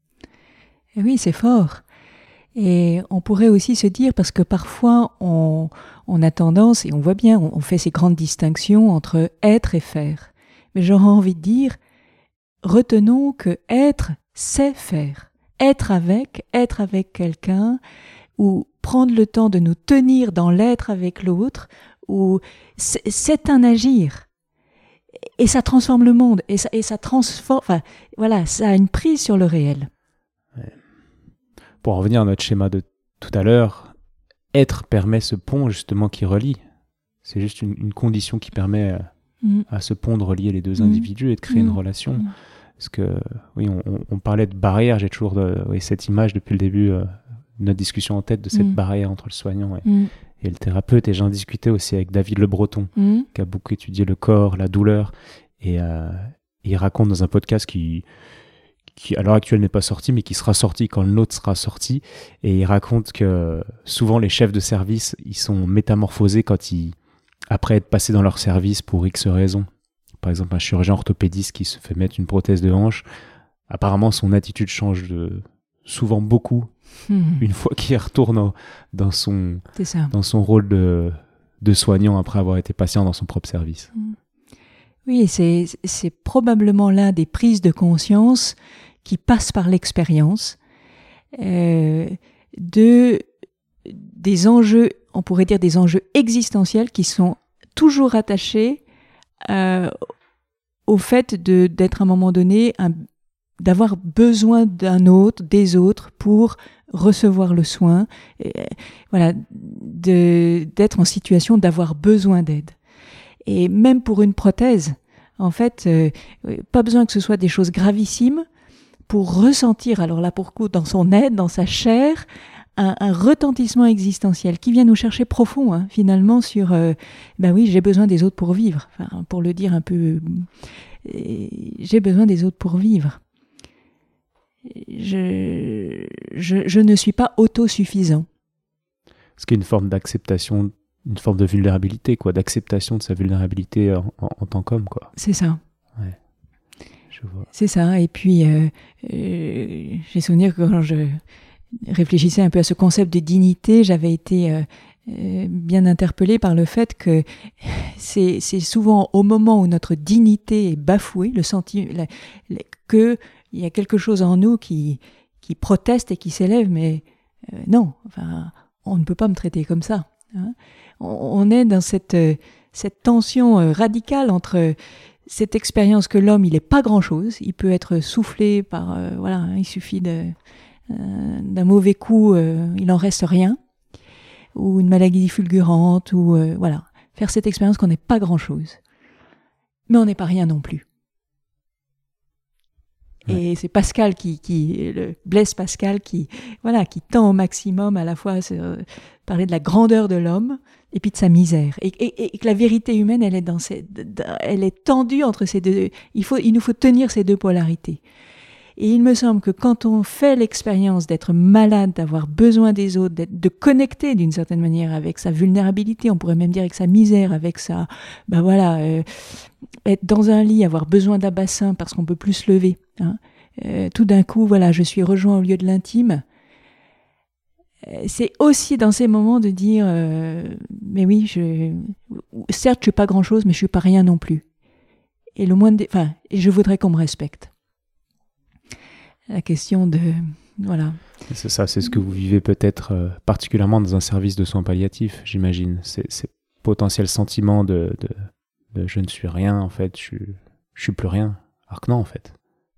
Et oui, c'est fort. Et on pourrait aussi se dire, parce que parfois on a tendance, et on voit bien, on fait ces grandes distinctions entre être et faire. Mais j'aurais envie de dire, retenons que être, c'est faire. Être avec quelqu'un, ou prendre le temps de nous tenir dans l'être avec l'autre, ou c'est un agir. Et ça transforme le monde, et ça transforme, enfin, voilà, ça a une prise sur le réel. Ouais. Pour en revenir à notre schéma de tout à l'heure, être permet ce pont justement qui relie. C'est juste une condition qui permet à ce pont de relier les deux individus et de créer une relation. Parce que, oui, on parlait de barrière, j'ai toujours cette image depuis le début de notre discussion en tête de cette barrière entre le soignant et le thérapeute. Et j'en discutais aussi avec David Le Breton, qui a beaucoup étudié le corps, la douleur. Et il raconte dans un podcast qui à l'heure actuelle n'est pas sorti, mais qui sera sorti quand le nôtre sera sorti. Et il raconte que souvent les chefs de service, ils sont métamorphosés après être passés dans leur service pour X raisons. Par exemple, un chirurgien orthopédiste qui se fait mettre une prothèse de hanche, apparemment son attitude change souvent beaucoup une fois qu'il retourne dans son rôle de soignant après avoir été patient dans son propre service. Oui, c'est probablement là des prises de conscience qui passent par l'expérience des enjeux, on pourrait dire des enjeux existentiels qui sont toujours attachés au fait d'être à un moment donné, d'avoir besoin des autres pour recevoir le soin, voilà, d'être en situation d'avoir besoin d'aide. Et même pour une prothèse, en fait, pas besoin que ce soit des choses gravissimes pour ressentir, alors là pour le coup, dans son aide, dans sa chair, un retentissement existentiel qui vient nous chercher profond, finalement, sur ben oui, j'ai besoin des autres pour vivre. Enfin, pour le dire un peu, j'ai besoin des autres pour vivre. Je ne suis pas autosuffisant. Ce qui est une forme d'acceptation, une forme de vulnérabilité, quoi, d'acceptation de sa vulnérabilité en tant qu'homme, quoi. C'est ça. Ouais. Je vois. C'est ça. Et puis, j'ai souvenir que quand je réfléchissais un peu à ce concept de dignité, j'avais été bien interpellée par le fait que c'est souvent au moment où notre dignité est bafouée, le sentiment que il y a quelque chose en nous qui proteste et qui s'élève, mais non, enfin, on ne peut pas me traiter comme ça. Hein. On est dans cette tension radicale entre cette expérience que l'homme, il n'est pas grand-chose, il peut être soufflé par, voilà, il suffit d'un mauvais coup, il en reste rien, ou une maladie fulgurante, ou voilà, faire cette expérience qu'on n'est pas grand-chose. Mais on n'est pas rien non plus. Et c'est Pascal Blaise Pascal qui tend au maximum à la fois parler de la grandeur de l'homme et puis de sa misère. Et que la vérité humaine, elle est tendue entre ces deux. Il nous faut tenir ces deux polarités. Et il me semble que quand on fait l'expérience d'être malade, d'avoir besoin des autres, de connecter d'une certaine manière avec sa vulnérabilité, on pourrait même dire avec sa misère, avec sa, être dans un lit, avoir besoin d'un bassin parce qu'on peut plus se lever. Hein. Tout d'un coup, voilà, je suis rejoint au lieu de l'intime. C'est aussi dans ces moments de dire, mais oui, certes, je suis pas grand-chose, mais je suis pas rien non plus. Et et je voudrais qu'on me respecte. La question de... Voilà. C'est ça, c'est ce que vous vivez peut-être particulièrement dans un service de soins palliatifs, j'imagine. Ces potentiels sentiments de je ne suis rien, en fait, je suis plus rien. Alors que non, en fait.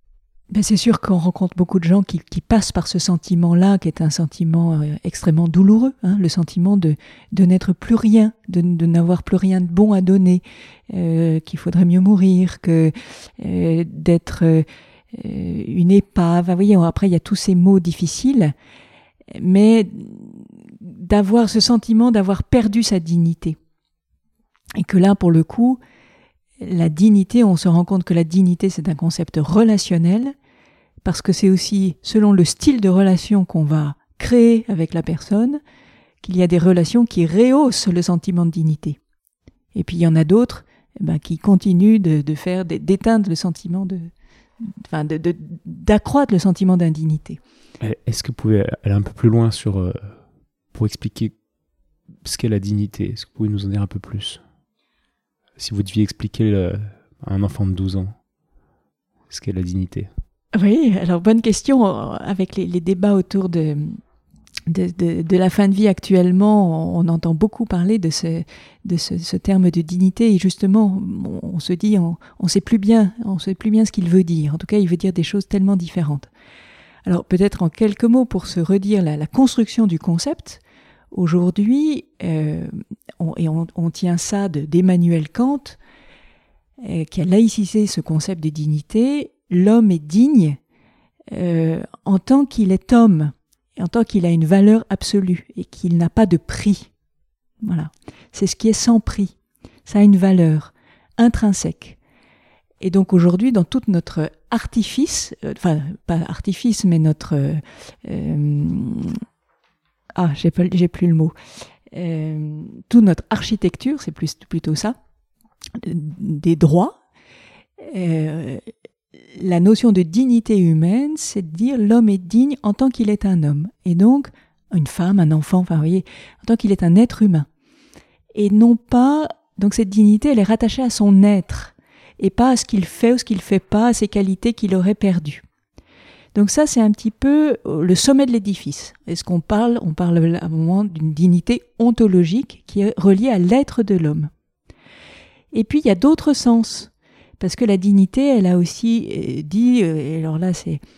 Ben c'est sûr qu'on rencontre beaucoup de gens qui passent par ce sentiment-là, qui est un sentiment extrêmement douloureux, hein, le sentiment de n'être plus rien, de n'avoir plus rien de bon à donner, qu'il faudrait mieux mourir, que d'être une épave. Vous voyez, après il y a tous ces mots difficiles, mais d'avoir ce sentiment d'avoir perdu sa dignité. Et que là, pour le coup, la dignité, on se rend compte que la dignité, c'est un concept relationnel, parce que c'est aussi selon le style de relation qu'on va créer avec la personne, qu'il y a des relations qui rehaussent le sentiment de dignité. Et puis il y en a d'autres qui continuent d'éteindre le sentiment d'accroître le sentiment d'indignité. Est-ce que vous pouvez aller un peu plus loin pour expliquer ce qu'est la dignité? Est-ce que vous pouvez nous en dire un peu plus? Si vous deviez expliquer à un enfant de 12 ans ce qu'est la dignité. Oui, alors bonne question. Avec les débats autour de la fin de vie actuellement, on entend beaucoup parler de ce terme de dignité, et justement, on se dit, on sait plus bien ce qu'il veut dire. En tout cas, il veut dire des choses tellement différentes. Alors peut-être en quelques mots pour se redire la construction du concept. Aujourd'hui, on tient ça d'Emmanuel Kant, qui a laïcisé ce concept de dignité. L'homme est digne en tant qu'il est homme, et en tant qu'il a une valeur absolue et qu'il n'a pas de prix. Voilà, c'est ce qui est sans prix. Ça a une valeur intrinsèque. Et donc aujourd'hui, dans toute notre artifice, pas artifice, mais notre j'ai plus le mot. Toute notre architecture, c'est plutôt ça, des droits. La notion de dignité humaine, c'est de dire l'homme est digne en tant qu'il est un homme. Et donc, une femme, un enfant, vous voyez, en tant qu'il est un être humain. Et non pas, donc cette dignité, elle est rattachée à son être, et pas à ce qu'il fait ou ce qu'il fait pas, à ses qualités qu'il aurait perdues. Donc ça, c'est un petit peu le sommet de l'édifice. Est-ce qu'on parle à un moment d'une dignité ontologique qui est reliée à l'être de l'homme. Et puis, il y a d'autres sens. Parce que la dignité, elle a aussi dit, alors là,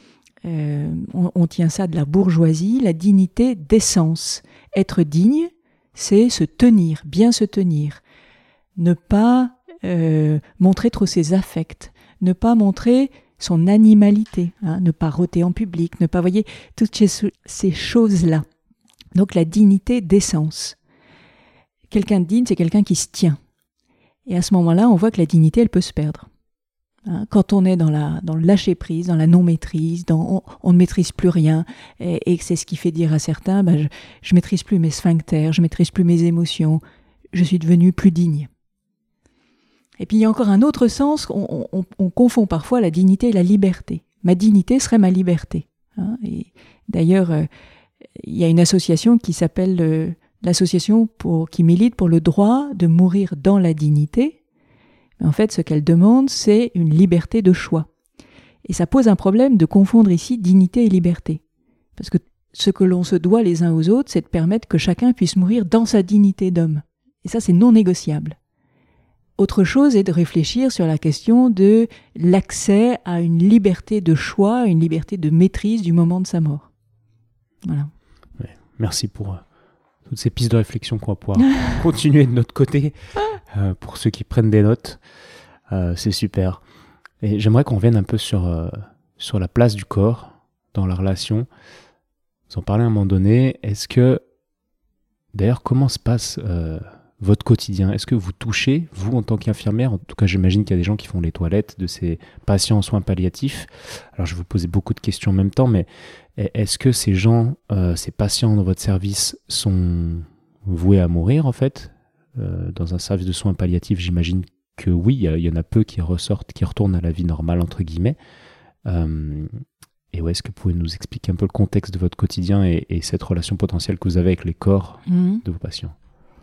on tient ça de la bourgeoisie, la dignité d'essence. Être digne, c'est se tenir, bien se tenir. Ne pas montrer trop ses affects, ne pas montrer son animalité, hein, ne pas rôter en public, ne pas, voyez, toutes ces choses-là. Donc la dignité d'essence. Quelqu'un de digne, c'est quelqu'un qui se tient. Et à ce moment-là, on voit que la dignité, elle peut se perdre. Hein, quand on est dans le lâcher-prise, dans la non-maîtrise, on ne maîtrise plus rien, et c'est ce qui fait dire à certains, je maîtrise plus mes sphincters, je maîtrise plus mes émotions, je suis devenu plus digne. Et puis il y a encore un autre sens, on confond parfois la dignité et la liberté. Ma dignité serait ma liberté. Hein, et d'ailleurs, il y a une association qui s'appelle l'association qui milite pour le droit de mourir dans la dignité. Mais en fait, ce qu'elle demande, c'est une liberté de choix. Et ça pose un problème de confondre ici dignité et liberté. Parce que ce que l'on se doit les uns aux autres, c'est de permettre que chacun puisse mourir dans sa dignité d'homme. Et ça, c'est non négociable. Autre chose est de réfléchir sur la question de l'accès à une liberté de choix, une liberté de maîtrise du moment de sa mort. Voilà. Ouais, merci pour toutes ces pistes de réflexion qu'on va pouvoir continuer de notre côté pour ceux qui prennent des notes. C'est super. Et j'aimerais qu'on revienne un peu sur la place du corps dans la relation. Vous en parlez à un moment donné. Est-ce que, d'ailleurs, comment se passe votre quotidien? Est-ce que vous touchez, vous, en tant qu'infirmière? En tout cas, j'imagine qu'il y a des gens qui font les toilettes de ces patients en soins palliatifs. Alors, je vais vous poser beaucoup de questions en même temps, mais est-ce que ces gens, ces patients dans votre service sont voués à mourir, en fait? Dans un service de soins palliatifs, j'imagine que oui, il y en a peu qui ressortent, qui retournent à la vie normale, entre guillemets. Et ouais, est-ce que vous pouvez nous expliquer un peu le contexte de votre quotidien et cette relation potentielle que vous avez avec les corps de vos patients?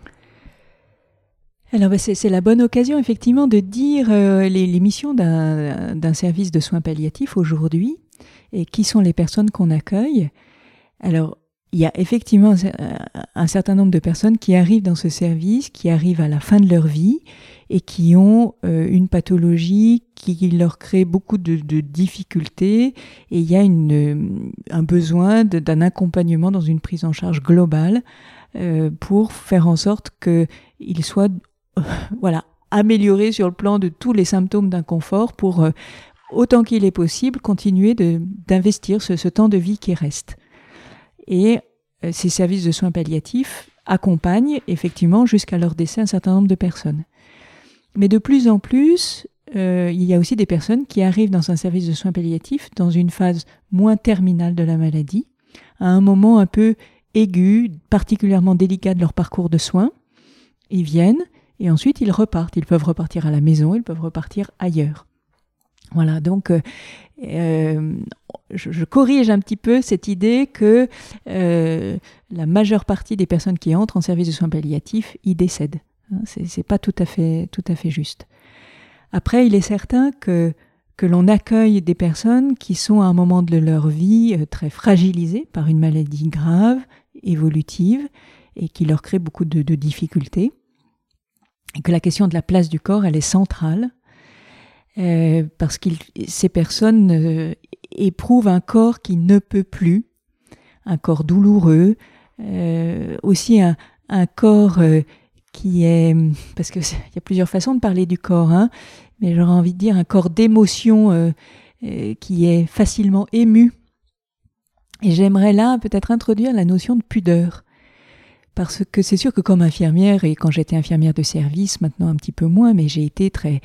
Alors c'est la bonne occasion effectivement de dire les missions d'un service de soins palliatifs aujourd'hui et qui sont les personnes qu'on accueille. Alors il y a effectivement un certain nombre de personnes qui arrivent dans ce service, qui arrivent à la fin de leur vie et qui ont une pathologie qui leur crée beaucoup de difficultés, et il y a un besoin d'un accompagnement dans une prise en charge globale pour faire en sorte qu'ils soient améliorés sur le plan de tous les symptômes d'inconfort pour, autant qu'il est possible, continuer d'investir ce temps de vie qui reste. Et ces services de soins palliatifs accompagnent effectivement jusqu'à leur décès un certain nombre de personnes. Mais de plus en plus, il y a aussi des personnes qui arrivent dans un service de soins palliatifs dans une phase moins terminale de la maladie, à un moment un peu aigu, particulièrement délicat de leur parcours de soins. Ils viennent et ensuite ils repartent. Ils peuvent repartir à la maison, ils peuvent repartir ailleurs. Voilà, donc je corrige un petit peu cette idée que la majeure partie des personnes qui entrent en service de soins palliatifs y décèdent. C'est pas tout à fait juste. Après, il est certain que l'on accueille des personnes qui sont à un moment de leur vie très fragilisées par une maladie grave, évolutive, et qui leur crée beaucoup de difficultés. Et que la question de la place du corps, elle est centrale. Parce que ces personnes éprouvent un corps qui ne peut plus, un corps douloureux, aussi un corps qui est, parce que il y a plusieurs façons de parler du corps, mais j'aurais envie de dire un corps d'émotion qui est facilement ému. Et j'aimerais là peut-être introduire la notion de pudeur. Parce que c'est sûr que comme infirmière, et quand j'étais infirmière de service, maintenant un petit peu moins, mais j'ai été très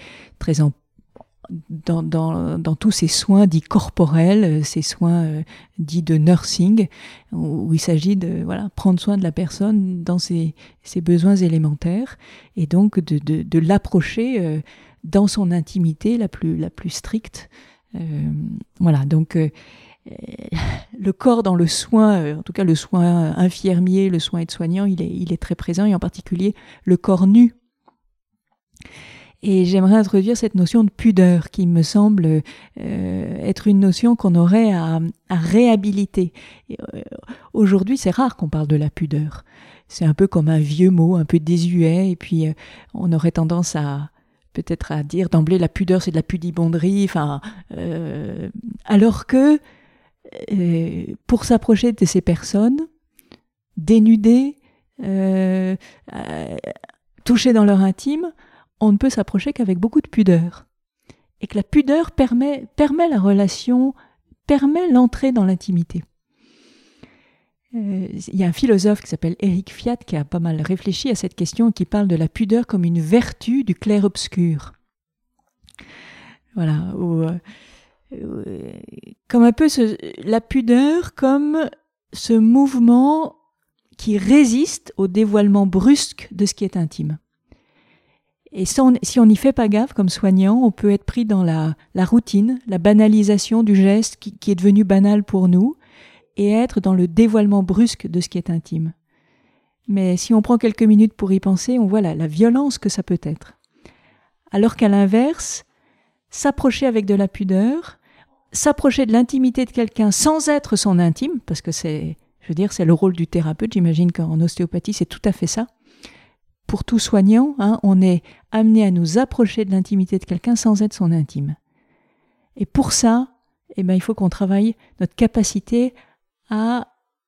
dans tous ces soins dits corporels, ces soins dits de nursing, où il s'agit de prendre soin de la personne dans ses besoins élémentaires, et donc de l'approcher dans son intimité la plus stricte. Donc le corps dans le soin, en tout cas le soin infirmier, le soin aide-soignant, il est très présent, et en particulier le corps nu. Et j'aimerais introduire cette notion de pudeur qui me semble être une notion qu'on aurait à réhabiliter. Aujourd'hui, c'est rare qu'on parle de la pudeur. C'est un peu comme un vieux mot, un peu désuet, et puis on aurait tendance peut-être à dire d'emblée la pudeur c'est de la pudibonderie, alors que pour s'approcher de ces personnes dénudées, touchées dans leur intime, on ne peut s'approcher qu'avec beaucoup de pudeur. Et que la pudeur permet la relation, permet l'entrée dans l'intimité. Il y a un philosophe qui s'appelle Éric Fiat qui a pas mal réfléchi à cette question et qui parle de la pudeur comme une vertu du clair-obscur. Voilà. Comme un peu la pudeur comme ce mouvement qui résiste au dévoilement brusque de ce qui est intime. Et si on n'y fait pas gaffe comme soignant, on peut être pris dans la routine, la banalisation du geste qui est devenu banal pour nous, et être dans le dévoilement brusque de ce qui est intime. Mais si on prend quelques minutes pour y penser, on voit la violence que ça peut être. Alors qu'à l'inverse, s'approcher avec de la pudeur, s'approcher de l'intimité de quelqu'un sans être son intime, parce que c'est le rôle du thérapeute, j'imagine qu'en ostéopathie c'est tout à fait ça. Pour tout soignant, on est amené à nous approcher de l'intimité de quelqu'un sans être son intime. Et pour ça, il faut qu'on travaille notre capacité à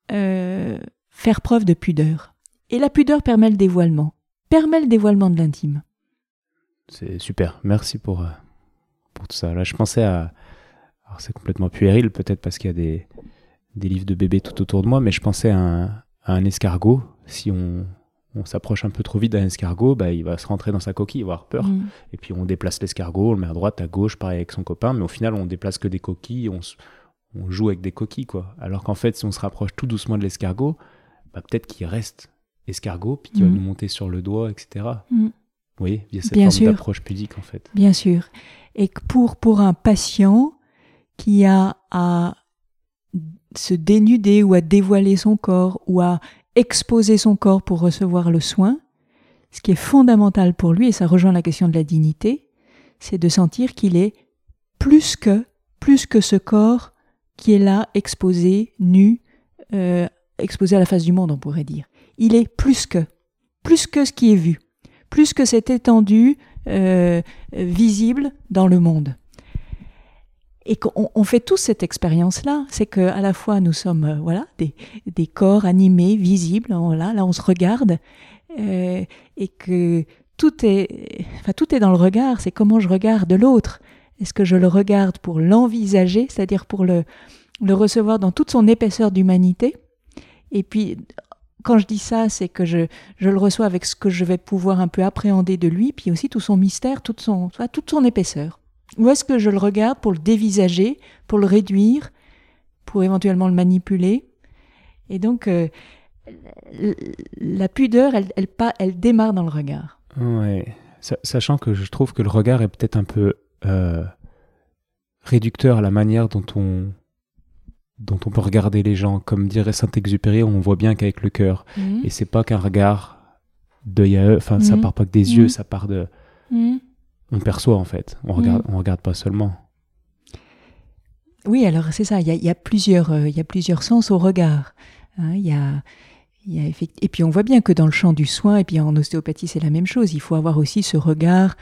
faire preuve de pudeur. Et la pudeur permet le dévoilement de l'intime. C'est super, merci pour tout ça. Là, je pensais alors c'est complètement puéril, peut-être parce qu'il y a des livres de bébés tout autour de moi, mais je pensais à un escargot. Si on s'approche un peu trop vite d'un escargot, il va se rentrer dans sa coquille, il va avoir peur. Et puis on déplace l'escargot, on le met à droite, à gauche, pareil avec son copain, mais au final on déplace que des coquilles, on joue avec des coquilles, quoi. Alors qu'en fait, si on se rapproche tout doucement de l'escargot, peut-être qu'il reste escargot, puis qu'il va nous monter sur le doigt, etc. Vous voyez, il y a cette forme d'approche pudique, en fait. Bien sûr. Et que pour un patient qui a à se dénuder ou à dévoiler son corps ou à exposer son corps pour recevoir le soin, ce qui est fondamental pour lui, et ça rejoint la question de la dignité, c'est de sentir qu'il est plus que ce corps qui est là, exposé, nu, exposé à la face du monde, on pourrait dire. Il est plus que ce qui est vu, plus que cette étendue visible dans le monde. Et qu'on fait tous cette expérience-là, c'est qu'à la fois nous sommes des corps animés, visibles, là on se regarde, et que tout est dans le regard, c'est comment je regarde l'autre. Est-ce que je le regarde pour l'envisager, c'est-à-dire pour le recevoir dans toute son épaisseur d'humanité? Et puis, quand je dis ça, c'est que je le reçois avec ce que je vais pouvoir un peu appréhender de lui, puis aussi tout son mystère, toute son épaisseur. Ou est-ce que je le regarde pour le dévisager, pour le réduire, pour éventuellement le manipuler? Et donc, la pudeur, elle démarre dans le regard. Ouais. Sachant que je trouve que le regard est peut-être un peu réducteur à la manière dont on peut regarder les gens. Comme dirait Saint-Exupéry, on voit bien qu'avec le cœur. Et c'est pas qu'un regard d'œil à œil, ça part pas que des yeux, ça part de... On perçoit en fait, on regarde pas seulement. Oui, alors c'est ça, il y a plusieurs sens au regard. Hein, et puis on voit bien que dans le champ du soin, et puis en ostéopathie c'est la même chose, il faut avoir aussi ce regard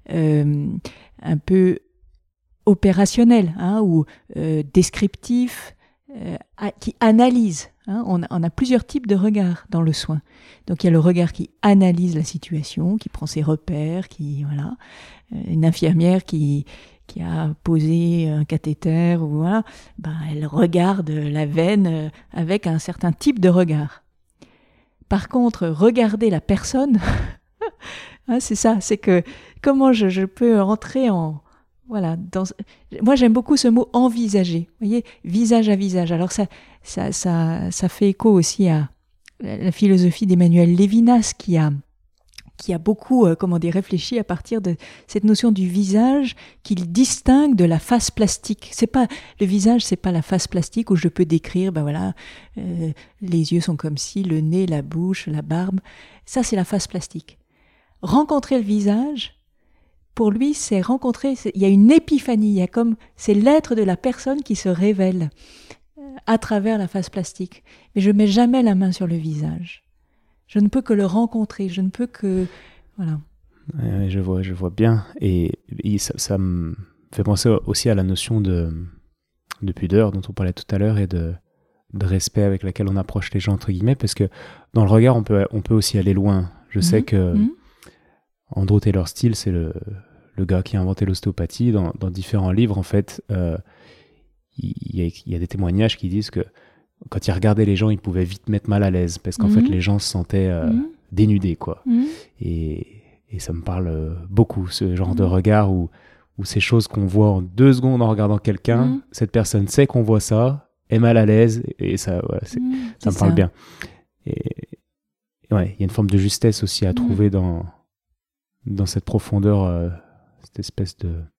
un peu opérationnel, ou descriptif, qui analyse. On a plusieurs types de regards dans le soin. Donc il y a le regard qui analyse la situation, qui prend ses repères, une infirmière qui a posé un cathéter, elle regarde la veine avec un certain type de regard. Par contre, regarder la personne, c'est ça, c'est que comment je peux entrer en... Moi j'aime beaucoup ce mot envisager, vous voyez, visage à visage. Alors ça fait écho aussi à la philosophie d'Emmanuel Lévinas qui a beaucoup réfléchi à partir de cette notion du visage qu'il distingue de la face plastique. Le visage, c'est pas la face plastique où je peux décrire les yeux sont comme ci, le nez, la bouche, la barbe. Ça c'est la face plastique. Rencontrer le visage, pour lui, c'est rencontrer, il y a une épiphanie, c'est l'être de la personne qui se révèle à travers la face plastique. Mais je mets jamais la main sur le visage. Je ne peux que le rencontrer, je ne peux que... Voilà. Ouais, je vois bien. Et ça me fait penser aussi à la notion de pudeur dont on parlait tout à l'heure et de respect avec laquelle on approche les gens, entre guillemets, parce que dans le regard, on peut aussi aller loin. Je sais que Andrew Taylor Still, c'est le gars qui a inventé l'ostéopathie. Dans différents livres, en fait, il y a des témoignages qui disent que quand il regardait les gens, il pouvait vite mettre mal à l'aise parce qu'en fait, les gens se sentaient dénudés, quoi. Et ça me parle beaucoup, ce genre de regard où ces choses qu'on voit en 2 secondes en regardant quelqu'un, cette personne sait qu'on voit ça, est mal à l'aise, et ça, ça me parle bien. Et ouais, il y a une forme de justesse aussi à trouver dans cette profondeur, cette espèce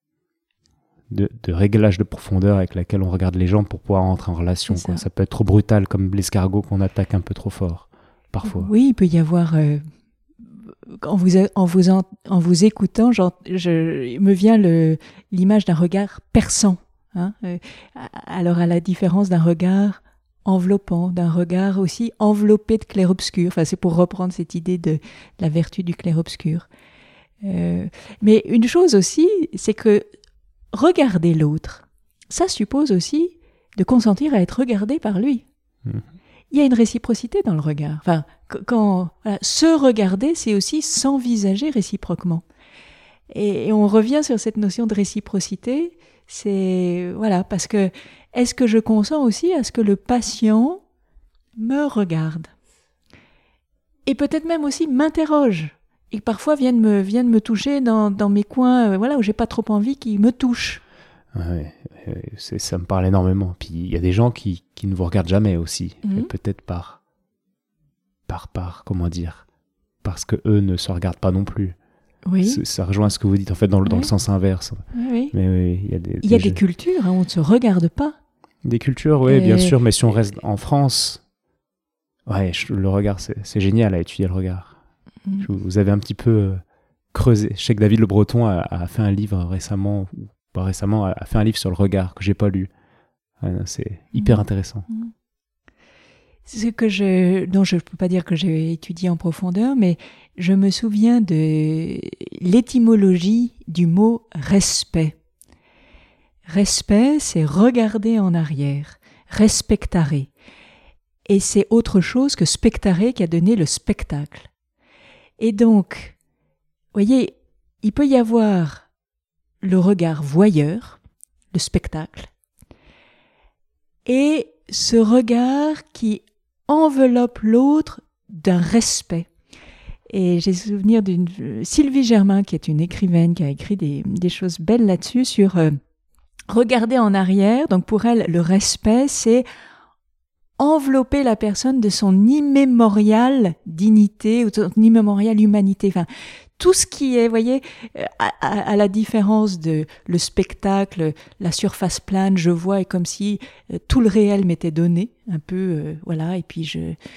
de réglage de profondeur avec laquelle on regarde les gens pour pouvoir entrer en relation. Quoi. Ça peut être trop brutal, comme l'escargot qu'on attaque un peu trop fort, parfois. Oui, il peut y avoir... En vous écoutant, me vient l'image d'un regard perçant. Alors, à la différence d'un regard enveloppant, d'un regard aussi enveloppé de clair-obscur. Enfin, c'est pour reprendre cette idée de la vertu du clair-obscur. Mais une chose aussi, c'est que regarder l'autre, ça suppose aussi de consentir à être regardé par lui. Il y a une réciprocité dans le regard. Enfin, se regarder, c'est aussi s'envisager réciproquement. Et on revient sur cette notion de réciprocité. C'est parce que est-ce que je consens aussi à ce que le patient me regarde et peut-être même aussi m'interroge et parfois vienne me toucher dans mes coins où j'ai pas trop envie qu'il me touche. Ouais, ça me parle énormément. Puis il y a des gens qui ne vous regardent jamais aussi, et peut-être par comment dire, parce que eux ne se regardent pas non plus. Oui. Ça rejoint ce que vous dites en fait dans le sens inverse. Oui. Mais oui, il y a des cultures où on ne se regarde pas. Des cultures, oui, bien sûr. Mais si on reste en France, le regard, c'est génial à étudier le regard. Vous avez un petit peu creusé. Je sais que David Le Breton a fait un livre récemment, ou pas récemment, a fait un livre sur le regard que j'ai pas lu. C'est hyper intéressant. C'est ce que je peux pas dire que j'ai étudié en profondeur, mais je me souviens de l'étymologie du mot respect. Respect, c'est regarder en arrière, respectare. Et c'est autre chose que spectare qui a donné le spectacle. Et donc, voyez, il peut y avoir le regard voyeur, le spectacle, et ce regard qui enveloppe l'autre d'un respect. Et j'ai souvenir d'une Sylvie Germain, qui est une écrivaine, qui a écrit des choses belles là-dessus, sur regarder en arrière. Donc pour elle, le respect, c'est envelopper la personne de son immémoriale dignité ou de son immémoriale humanité. Enfin, tout ce qui est, vous voyez, à la différence de le spectacle, la surface plane, je vois, et comme si tout le réel m'était donné, un peu, voilà, et puis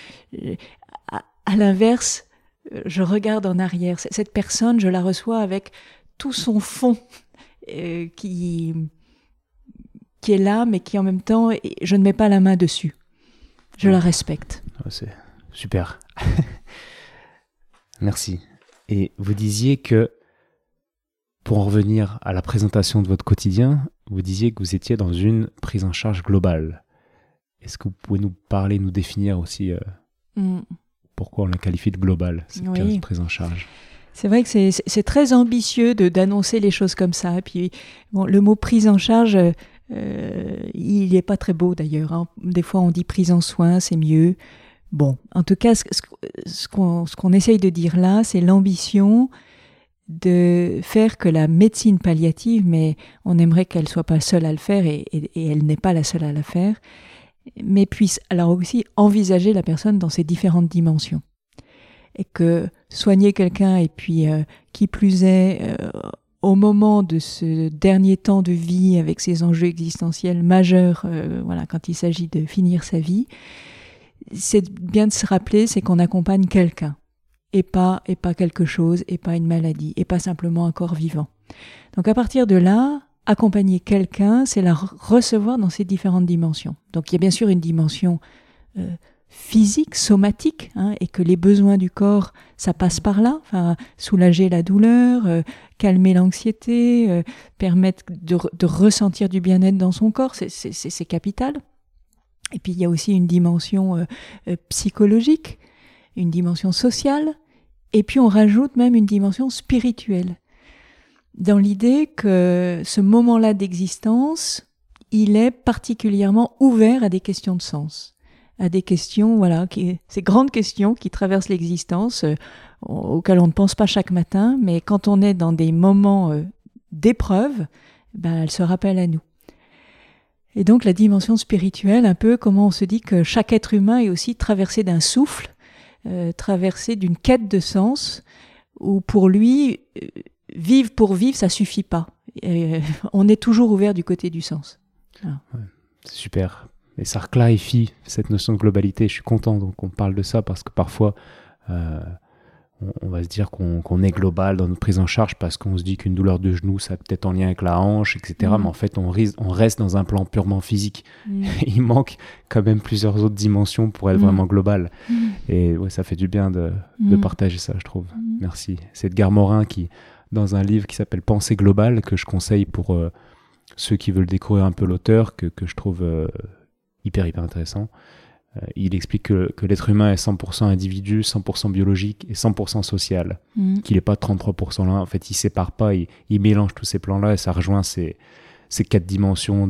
à l'inverse, je regarde en arrière. Cette personne, je la reçois avec tout son fond qui est là, mais qui en même temps, je ne mets pas la main dessus. Je la respecte. Oh, c'est super. Merci. Et vous disiez que, pour en revenir à la présentation de votre quotidien, vous disiez que vous étiez dans une prise en charge globale. Est-ce que vous pouvez nous parler, nous définir aussi pourquoi on la qualifie de globale, cette prise en charge? C'est vrai que c'est très ambitieux d'annoncer les choses comme ça. Et puis, bon, le mot prise en charge, il n'est pas très beau d'ailleurs. Hein. Des fois, on dit prise en soin, c'est mieux. Bon, en tout cas, ce qu'on essaye de dire là, c'est l'ambition de faire que la médecine palliative, mais on aimerait qu'elle ne soit pas seule à le faire, et elle n'est pas la seule à la faire, mais puisse alors aussi envisager la personne dans ses différentes dimensions. Et que soigner quelqu'un, et puis qui plus est, au moment de ce dernier temps de vie avec ses enjeux existentiels majeurs, voilà, quand il s'agit de finir sa vie, c'est bien de se rappeler, c'est qu'on accompagne quelqu'un, et pas quelque chose, et pas une maladie, et pas simplement un corps vivant. Donc à partir de là, accompagner quelqu'un, c'est la recevoir dans ses différentes dimensions. Donc il y a bien sûr une dimension physique, somatique, hein, et que les besoins du corps, ça passe par là, enfin, soulager la douleur, calmer l'anxiété, permettre de ressentir du bien-être dans son corps, c'est capital. Et puis il y a aussi une dimension psychologique, une dimension sociale, et puis on rajoute même une dimension spirituelle, dans l'idée que ce moment-là d'existence, il est particulièrement ouvert à des questions de sens, à des questions, voilà, ces grandes questions qui traversent l'existence, auxquelles on ne pense pas chaque matin, mais quand on est dans des moments d'épreuve, ben, elles se rappellent à nous. Et donc la dimension spirituelle, un peu comment on se dit que chaque être humain est aussi traversé d'un souffle, traversé d'une quête de sens, où pour lui, vivre pour vivre, ça suffit pas. On est toujours ouvert du côté du sens. Voilà. Ouais, c'est super. Et ça reclarifie cette notion de globalité. Je suis content donc qu'on parle de ça, parce que parfois on va se dire qu'on est global dans notre prise en charge parce qu'on se dit qu'une douleur de genou, ça a peut-être en lien avec la hanche, etc. Mais en fait, on reste dans un plan purement physique. Il manque quand même plusieurs autres dimensions pour être vraiment global. Et ouais, ça fait du bien de partager ça, je trouve. Merci. C'est Edgar Morin qui, dans un livre qui s'appelle Pensée globale, que je conseille pour ceux qui veulent découvrir un peu l'auteur, que je trouve hyper intéressant. Il explique que l'être humain est 100% individu, 100% biologique et 100% social. Qu'il n'est pas 33% là. En fait, il ne sépare pas, il mélange tous ces plans-là, et ça rejoint ces 4 dimensions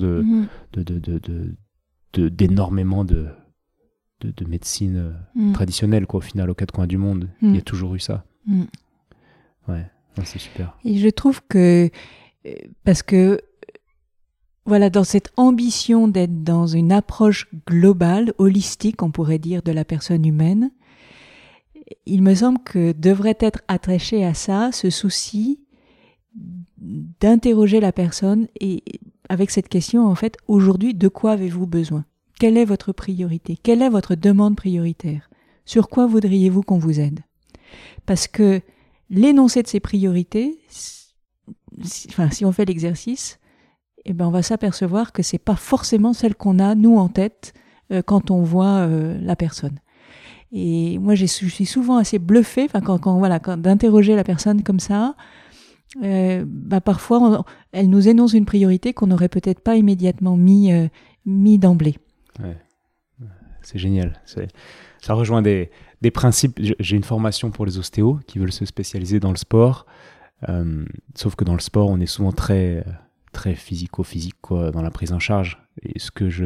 d'énormément de médecine traditionnelle, quoi, au final, aux 4 coins du monde. Il y a toujours eu ça. Ouais, c'est super. Et je trouve que, parce que, voilà, dans cette ambition d'être dans une approche globale, holistique, on pourrait dire, de la personne humaine, il me semble que devrait être attaché à ça ce souci d'interroger la personne, et avec cette question, en fait, aujourd'hui, de quoi avez-vous besoin? Quelle est votre priorité? Quelle est votre demande prioritaire? Sur quoi voudriez-vous qu'on vous aide? Parce que l'énoncé de ces priorités, si on fait l'exercice, eh ben on va s'apercevoir que c'est pas forcément celle qu'on a, nous, en tête, quand on voit la personne. Et moi, je suis souvent assez bluffée, quand d'interroger la personne comme ça. Parfois, elle nous énonce une priorité qu'on n'aurait peut-être pas immédiatement mis d'emblée. Ouais. C'est génial. Ça rejoint des principes. J'ai une formation pour les ostéos qui veulent se spécialiser dans le sport. Sauf que dans le sport, on est souvent très, très physique, quoi, dans la prise en charge. Et ce que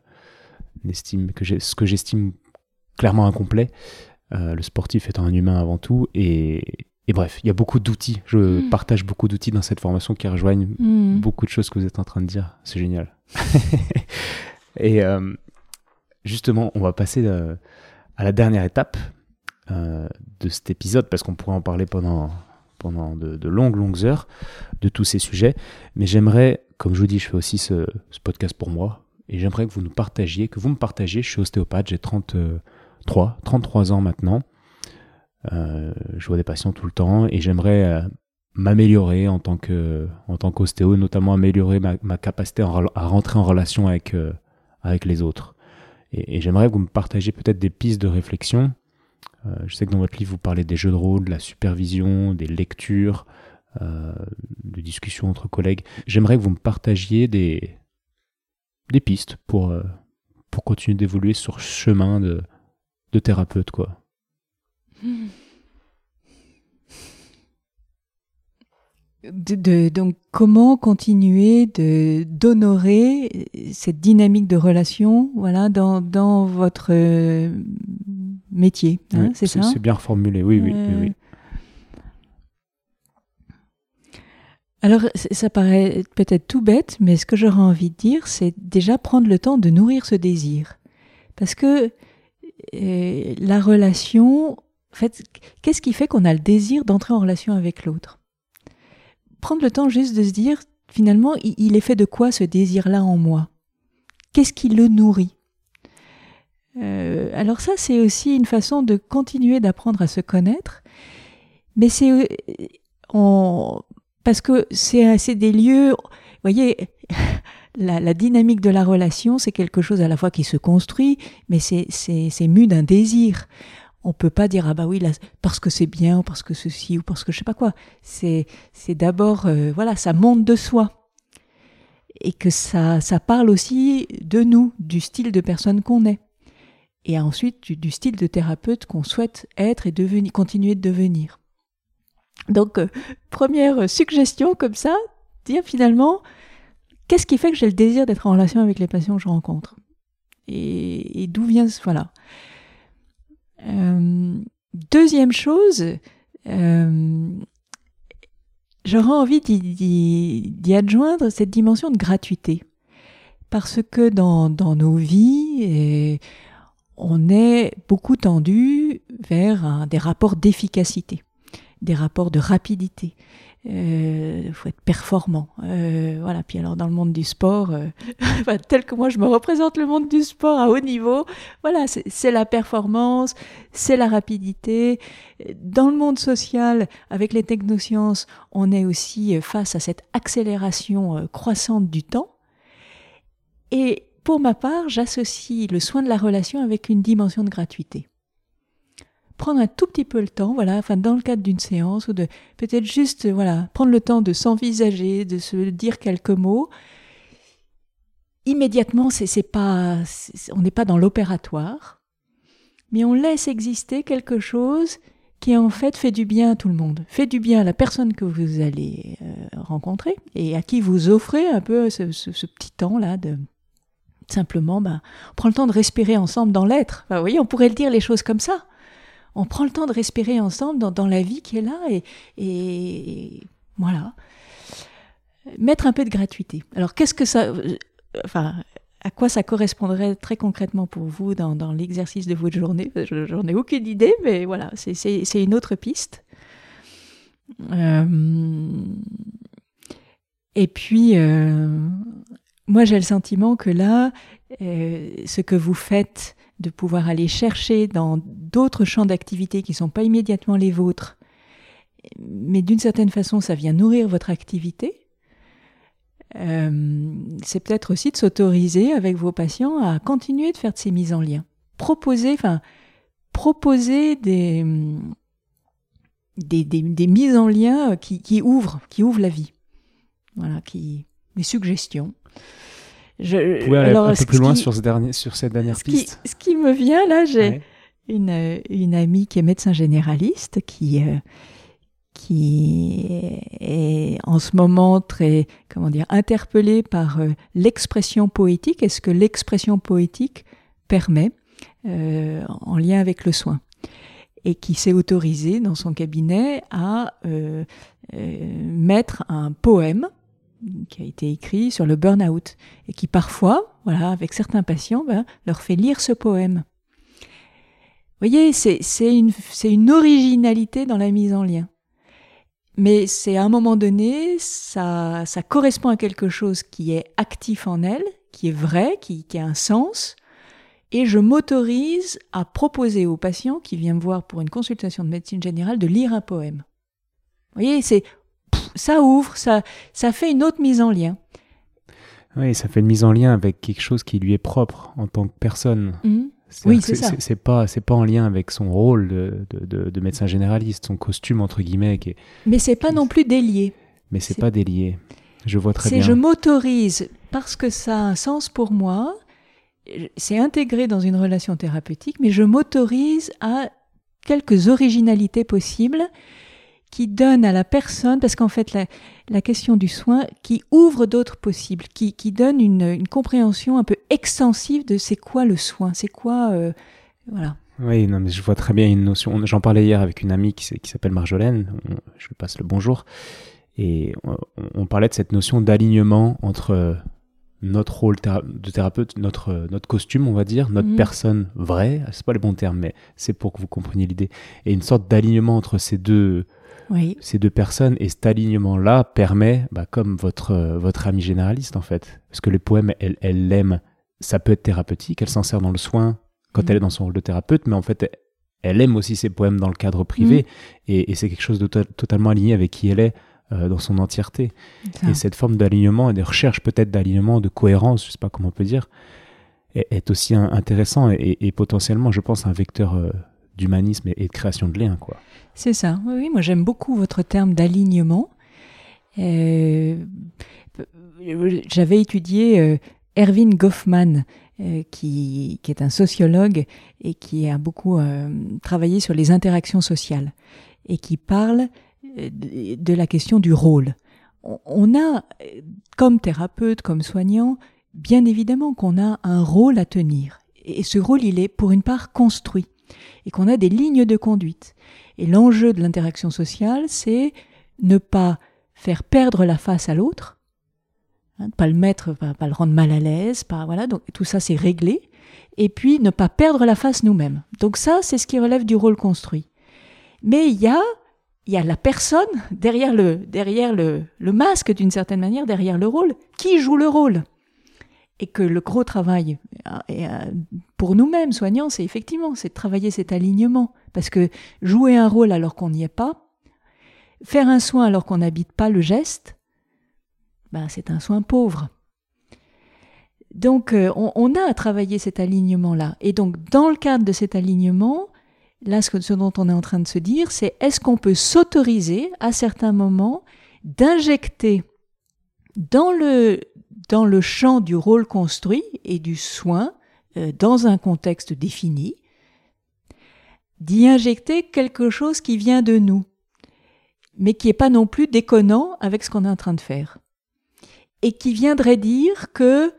j'estime clairement incomplet, le sportif étant un humain avant tout. Et bref, il y a beaucoup d'outils. Je partage beaucoup d'outils dans cette formation qui rejoignent beaucoup de choses que vous êtes en train de dire. C'est génial. Et justement, on va passer à la dernière étape de cet épisode, parce qu'on pourrait en parler pendant de longues heures de tous ces sujets. Mais j'aimerais, comme je vous dis, je fais aussi ce podcast pour moi, et j'aimerais que vous me partagiez, je suis ostéopathe, j'ai 33 ans maintenant. Je vois des patients tout le temps et j'aimerais m'améliorer en tant qu'ostéo, notamment améliorer ma capacité à rentrer en relation avec les autres. Et j'aimerais que vous me partagiez peut-être des pistes de réflexion. Je sais que dans votre livre, vous parlez des jeux de rôle, de la supervision, des lectures, de discussions entre collègues. J'aimerais que vous me partagiez des pistes pour continuer d'évoluer sur ce chemin de thérapeute, quoi. Donc, comment continuer d'honorer cette dynamique de relation, voilà, dans votre métier, hein, oui, c'est ça ? C'est bien reformulé, oui. Alors, ça paraît peut-être tout bête, mais ce que j'aurais envie de dire, c'est déjà prendre le temps de nourrir ce désir. Parce que la relation, en fait, qu'est-ce qui fait qu'on a le désir d'entrer en relation avec l'autre ? Prendre le temps juste de se dire, finalement, il est fait de quoi ce désir-là en moi ? Qu'est-ce qui le nourrit ? Alors ça, c'est aussi une façon de continuer d'apprendre à se connaître, mais parce que c'est des lieux, vous voyez, la dynamique de la relation, c'est quelque chose à la fois qui se construit, mais c'est mu d'un désir. On peut pas dire, ah bah oui, là, parce que c'est bien, ou parce que ceci, ou parce que je sais pas quoi. C'est d'abord, ça monte de soi. Et que ça parle aussi de nous, du style de personne qu'on est. Et ensuite, du style de thérapeute qu'on souhaite être et continuer de devenir. Donc, première suggestion comme ça, dire finalement, qu'est-ce qui fait que j'ai le désir d'être en relation avec les patients que je rencontre ? Et d'où vient ce... Voilà. Deuxième chose, j'aurais envie d'y adjoindre cette dimension de gratuité. Parce que dans nos vies, on est beaucoup tendu vers des rapports d'efficacité, des rapports de rapidité. Faut être performant. Voilà. Puis alors dans le monde du sport, tel que moi je me représente le monde du sport à haut niveau, voilà, c'est la performance, c'est la rapidité. Dans le monde social, avec les technosciences, on est aussi face à cette accélération croissante du temps. Et pour ma part, j'associe le soin de la relation avec une dimension de gratuité. Prendre un tout petit peu le temps, dans le cadre d'une séance, ou de peut-être juste, prendre le temps de s'envisager, de se dire quelques mots. Immédiatement, on n'est pas dans l'opératoire, mais on laisse exister quelque chose qui en fait fait du bien à tout le monde, fait du bien à la personne que vous allez rencontrer et à qui vous offrez un peu ce petit temps-là de simplement, on prend le temps de respirer ensemble dans l'être. Vous voyez, on pourrait le dire les choses comme ça. On prend le temps de respirer ensemble dans la vie qui est là et voilà. Mettre un peu de gratuité. Alors, qu'est-ce que ça... à quoi ça correspondrait très concrètement pour vous dans l'exercice de votre journée ? J'en ai aucune idée, mais voilà, c'est une autre piste. Et puis, moi, j'ai le sentiment que là, ce que vous faites, de pouvoir aller chercher dans d'autres champs d'activité qui ne sont pas immédiatement les vôtres, mais d'une certaine façon, ça vient nourrir votre activité. C'est peut-être aussi de s'autoriser avec vos patients à continuer de faire de ces mises en lien. proposer des mises en lien qui ouvrent la vie. Voilà, des suggestions. Vous pouvez aller un peu plus loin sur cette dernière piste. Ce qui me vient là, j'ai une amie qui est médecin généraliste qui est en ce moment très, interpellée par l'expression poétique et ce que l'expression poétique permet en lien avec le soin. Et qui s'est autorisée dans son cabinet à mettre un poème qui a été écrit sur le burn-out et qui parfois, avec certains patients, leur fait lire ce poème. Vous voyez, c'est une originalité dans la mise en lien. Mais c'est à un moment donné, ça correspond à quelque chose qui est actif en elle, qui est vrai, qui a un sens. Et je m'autorise à proposer au patient qui vient me voir pour une consultation de médecine générale de lire un poème. Vous voyez, ça ouvre, ça fait une autre mise en lien. Oui, ça fait une mise en lien avec quelque chose qui lui est propre en tant que personne. Oui, c'est ça. C'est pas en lien avec son rôle de médecin généraliste, son costume entre guillemets. Mais c'est pas non plus délié. Mais c'est pas délié. Je vois très bien. Je m'autorise parce que ça a un sens pour moi. C'est intégré dans une relation thérapeutique, mais je m'autorise à quelques originalités possibles qui donnent à la personne, parce qu'en fait la question du soin, qui ouvre d'autres possibles, qui donne une compréhension un peu extensive de c'est quoi le soin, c'est quoi, voilà. Oui, non, mais je vois très bien une notion. J'en parlais hier avec une amie qui s'appelle Marjolaine, je lui passe le bonjour, et on parlait de cette notion d'alignement entre notre rôle de thérapeute, notre costume, on va dire, notre personne vraie, c'est pas les bons termes, mais c'est pour que vous compreniez l'idée, et une sorte d'alignement entre ces deux personnes, et cet alignement-là permet, comme votre amie généraliste en fait, parce que les poèmes, elle l'aime, ça peut être thérapeutique, elle s'en sert dans le soin quand elle est dans son rôle de thérapeute, mais en fait, elle aime aussi ses poèmes dans le cadre privé, et c'est quelque chose de totalement aligné avec qui elle est, dans son entièreté. Et cette forme d'alignement et de recherche peut-être d'alignement, de cohérence, je ne sais pas comment on peut dire, est aussi intéressant et potentiellement, je pense, un vecteur d'humanisme et de création de liens, quoi. C'est ça. Oui, moi j'aime beaucoup votre terme d'alignement. J'avais étudié Erving Goffman, qui est un sociologue et qui a beaucoup travaillé sur les interactions sociales et qui parle de la question du rôle. On a, comme thérapeute, comme soignant, bien évidemment qu'on a un rôle à tenir. Et ce rôle, il est pour une part construit. Et qu'on a des lignes de conduite. Et l'enjeu de l'interaction sociale, c'est ne pas faire perdre la face à l'autre, pas le mettre, pas le rendre mal à l'aise, donc tout ça c'est réglé. Et puis ne pas perdre la face nous-mêmes. Donc ça, c'est ce qui relève du rôle construit. Mais il y a la personne derrière le masque d'une certaine manière, derrière le rôle, qui joue le rôle. Et que le gros travail pour nous-mêmes, soignants, c'est de travailler cet alignement. Parce que jouer un rôle alors qu'on n'y est pas, faire un soin alors qu'on n'habite pas le geste, c'est un soin pauvre. Donc on a à travailler cet alignement-là. Et donc dans le cadre de cet alignement, là ce dont on est en train de se dire, c'est est-ce qu'on peut s'autoriser à certains moments d'injecter dans le champ du rôle construit et du soin, dans un contexte défini, d'y injecter quelque chose qui vient de nous, mais qui n'est pas non plus déconnant avec ce qu'on est en train de faire. Et qui viendrait dire que,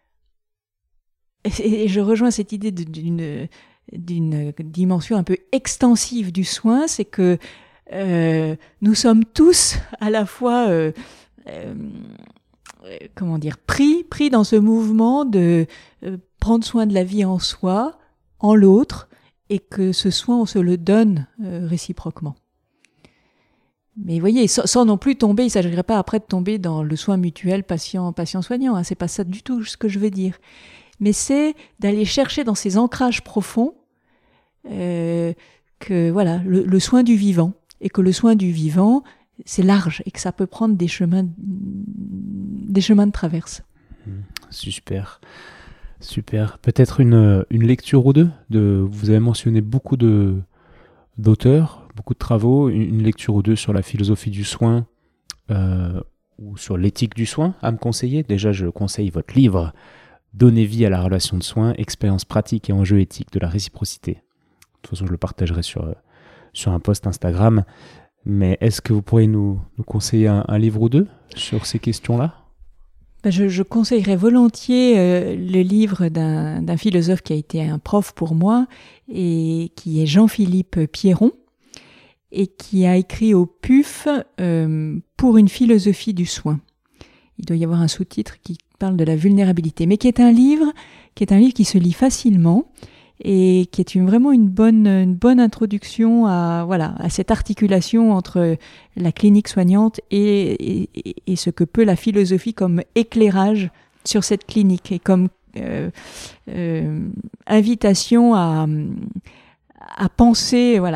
et je rejoins cette idée d'une dimension un peu extensive du soin, c'est que nous sommes tous à la fois pris dans ce mouvement de prendre soin de la vie en soi, en l'autre, et que ce soin, on se le donne réciproquement. Mais vous voyez, sans non plus tomber, il ne s'agirait pas après de tomber dans le soin mutuel patient-soignant, c'est pas ça du tout ce que je veux dire. Mais c'est d'aller chercher dans ces ancrages profonds le soin du vivant, et que le soin du vivant, c'est large et que ça peut prendre des chemins de traverse. Super. Super. Peut-être une lecture ou deux vous avez mentionné beaucoup d'auteurs, beaucoup de travaux, une lecture ou deux sur la philosophie du soin ou sur l'éthique du soin à me conseiller. Déjà, je conseille votre livre Donner vie à la relation de soins, expériences pratiques et enjeux éthiques de la réciprocité. De toute façon, je le partagerai sur un post Instagram. Mais est-ce que vous pourriez nous conseiller un livre ou deux sur ces questions-là ? Je conseillerais volontiers le livre d'un philosophe qui a été un prof pour moi et qui est Jean-Philippe Pierron et qui a écrit au PUF pour une philosophie du soin. Il doit y avoir un sous-titre qui parle de la vulnérabilité, mais qui est un livre qui se lit facilement et qui est vraiment une bonne introduction à cette articulation entre la clinique soignante et ce que peut la philosophie comme éclairage sur cette clinique et comme invitation à penser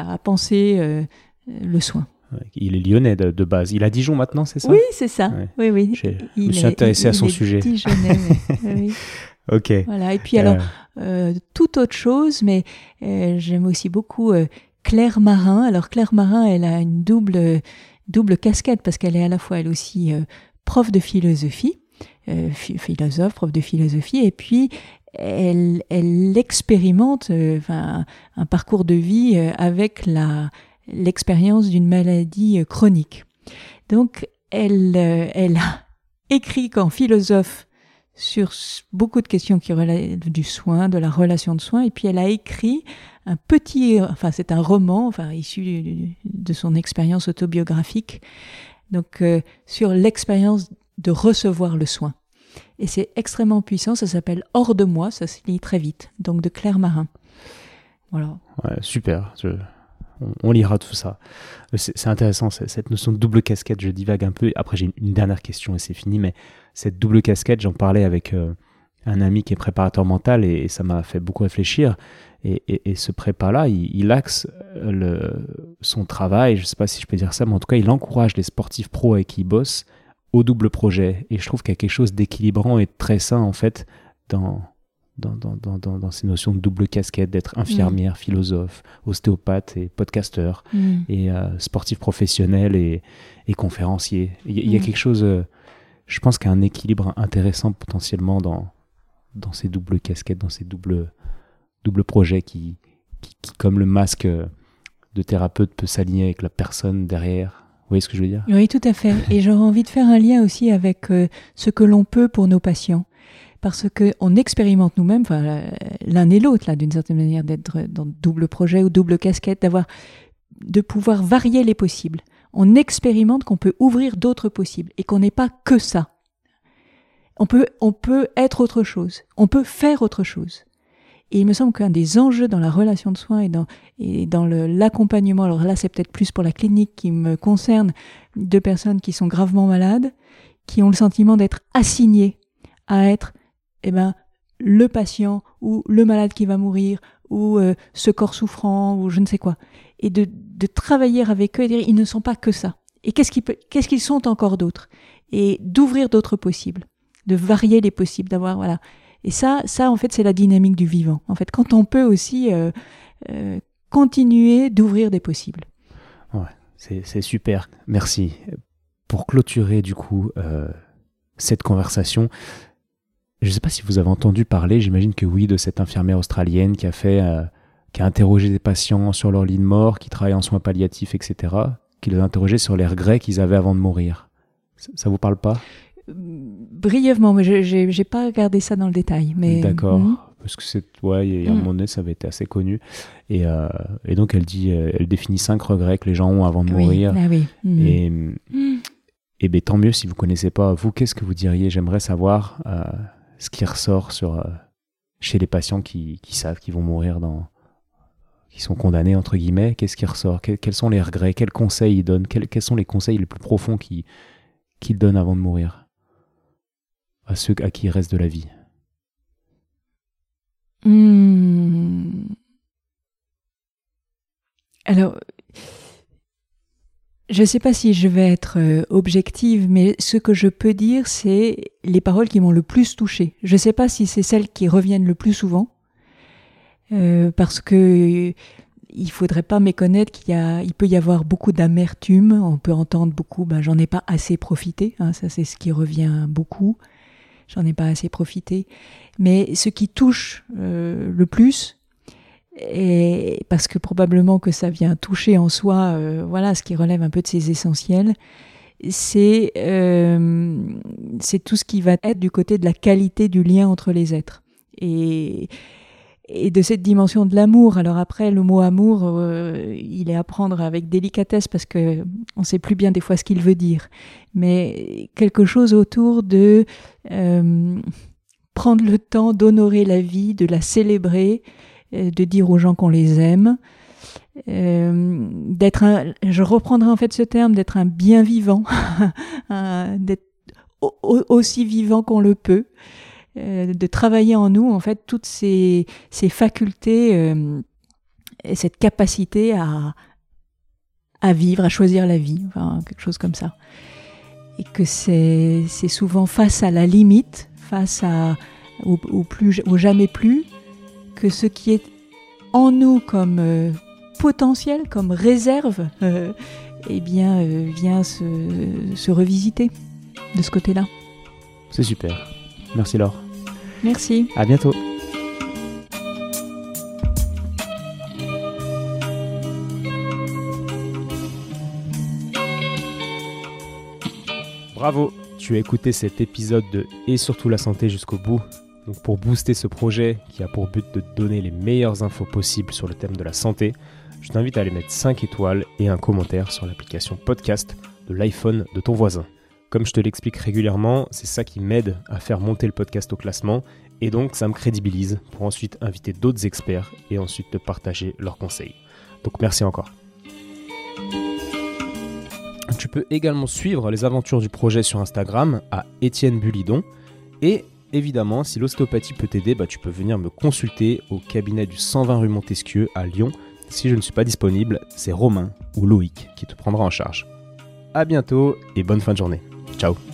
le soin. Il est lyonnais de base. Il est à Dijon maintenant, c'est ça ? Oui, c'est ça. Ouais. Oui. Je me suis intéressé à son sujet. Dijonnais, oui. Ok. Voilà. Et puis toute autre chose, mais j'aime aussi beaucoup Claire Marin. Alors Claire Marin, elle a une double casquette parce qu'elle est à la fois elle aussi prof de philosophie, philosophe, prof de philosophie, et puis elle expérimente un parcours de vie avec l'expérience d'une maladie chronique. Donc elle a écrit qu'en philosophe sur beaucoup de questions qui relèvent du soin, de la relation de soin, et puis elle a écrit c'est un roman, issu de son expérience autobiographique, donc sur l'expérience de recevoir le soin. Et c'est extrêmement puissant, ça s'appelle Hors de moi, ça se lit très vite, donc de Claire Marin. Voilà. Ouais, super, on lira tout ça. C'est intéressant, cette notion de double casquette, je divague un peu. Après, j'ai une dernière question et c'est fini, mais cette double casquette, j'en parlais avec un ami qui est préparateur mental et ça m'a fait beaucoup réfléchir. Et ce prépa-là, il axe son travail, je ne sais pas si je peux dire ça, mais en tout cas, il encourage les sportifs pros avec qui il bosse au double projet. Et je trouve qu'il y a quelque chose d'équilibrant et de très sain, en fait, dans ces notions de double casquette, d'être infirmière, philosophe, ostéopathe et podcasteur, et sportif professionnel et conférencier. Il y a quelque chose, je pense qu'il y a un équilibre intéressant potentiellement dans ces doubles casquettes, dans ces doubles projets qui, comme le masque de thérapeute, peut s'aligner avec la personne derrière. Vous voyez ce que je veux dire ? Oui, tout à fait. Et j'aurais envie de faire un lien aussi avec ce que l'on peut pour nos patients. Parce qu'on expérimente nous-mêmes, l'un et l'autre, là, d'une certaine manière, d'être dans double projet ou double casquette, de pouvoir varier les possibles. On expérimente qu'on peut ouvrir d'autres possibles et qu'on n'est pas que ça. On peut être autre chose. On peut faire autre chose. Et il me semble qu'un des enjeux dans la relation de soins et dans l'accompagnement, alors là, c'est peut-être plus pour la clinique qui me concerne, de personnes qui sont gravement malades, qui ont le sentiment d'être assignées à être le patient ou le malade qui va mourir ou ce corps souffrant ou je ne sais quoi. Et de travailler avec eux et dire ils ne sont pas que ça. Et qu'est-ce qu'ils sont encore d'autres ? Et d'ouvrir d'autres possibles, de varier les possibles, d'avoir voilà. Et ça en fait c'est la dynamique du vivant. En fait, quand on peut aussi continuer d'ouvrir des possibles. Ouais, c'est super. Merci. Pour clôturer du coup cette conversation, je ne sais pas si vous avez entendu parler, j'imagine que oui, de cette infirmière australienne qui a interrogé des patients sur leur lit de mort, qui travaille en soins palliatifs, etc., qui les a interrogés sur les regrets qu'ils avaient avant de mourir. Ça vous parle pas ? Brièvement, mais j'ai pas regardé ça dans le détail. Mais d'accord, parce que il y a un moment donné, ça avait été assez connu. Et donc elle définit 5 regrets que les gens ont avant de mourir. Ah oui. Et ben, tant mieux si vous connaissez pas. Vous, qu'est-ce que vous diriez ? J'aimerais savoir ce qui ressort chez les patients qui savent qu'ils vont mourir qui sont condamnés entre guillemets. Qu'est-ce qui ressort ? Quels sont les regrets ? Quels conseils ils donnent ? Quels sont les conseils les plus profonds qu'ils donnent avant de mourir à ceux à qui il reste de la vie ? Alors, Je ne sais pas si je vais être objective, mais ce que je peux dire, c'est les paroles qui m'ont le plus touchée. Je ne sais pas si c'est celles qui reviennent le plus souvent, parce que il faudrait pas méconnaître il peut y avoir beaucoup d'amertume. On peut entendre beaucoup, j'en ai pas assez profité. Hein, ça, c'est ce qui revient beaucoup. J'en ai pas assez profité. Mais ce qui touche le plus, et parce que probablement que ça vient toucher en soi, ce qui relève un peu de ses essentiels, c'est tout ce qui va être du côté de la qualité du lien entre les êtres et de cette dimension de l'amour. Alors après, le mot amour, il est à prendre avec délicatesse parce que on sait plus bien des fois ce qu'il veut dire, mais quelque chose autour de prendre le temps d'honorer la vie, de la célébrer, de dire aux gens qu'on les aime, je reprendrai en fait ce terme, d'être un bien vivant, d'être aussi vivant qu'on le peut, de travailler en nous en fait toutes ces facultés et cette capacité à vivre, à choisir la vie, quelque chose comme ça. Et que c'est souvent face à la limite, face au jamais plus, que ce qui est en nous comme potentiel, comme réserve, vient se revisiter de ce côté-là. C'est super. Merci Laure. Merci. À bientôt. Bravo, tu as écouté cet épisode de Et surtout la santé jusqu'au bout. Donc pour booster ce projet qui a pour but de te donner les meilleures infos possibles sur le thème de la santé, je t'invite à aller mettre 5 étoiles et un commentaire sur l'application podcast de l'iPhone de ton voisin. Comme je te l'explique régulièrement, c'est ça qui m'aide à faire monter le podcast au classement et donc ça me crédibilise pour ensuite inviter d'autres experts et ensuite te partager leurs conseils. Donc merci encore. Tu peux également suivre les aventures du projet sur Instagram à Étienne Bulidon et évidemment, si l'ostéopathie peut t'aider, tu peux venir me consulter au cabinet du 120 rue Montesquieu à Lyon. Si je ne suis pas disponible, c'est Romain ou Loïc qui te prendra en charge. À bientôt et bonne fin de journée. Ciao.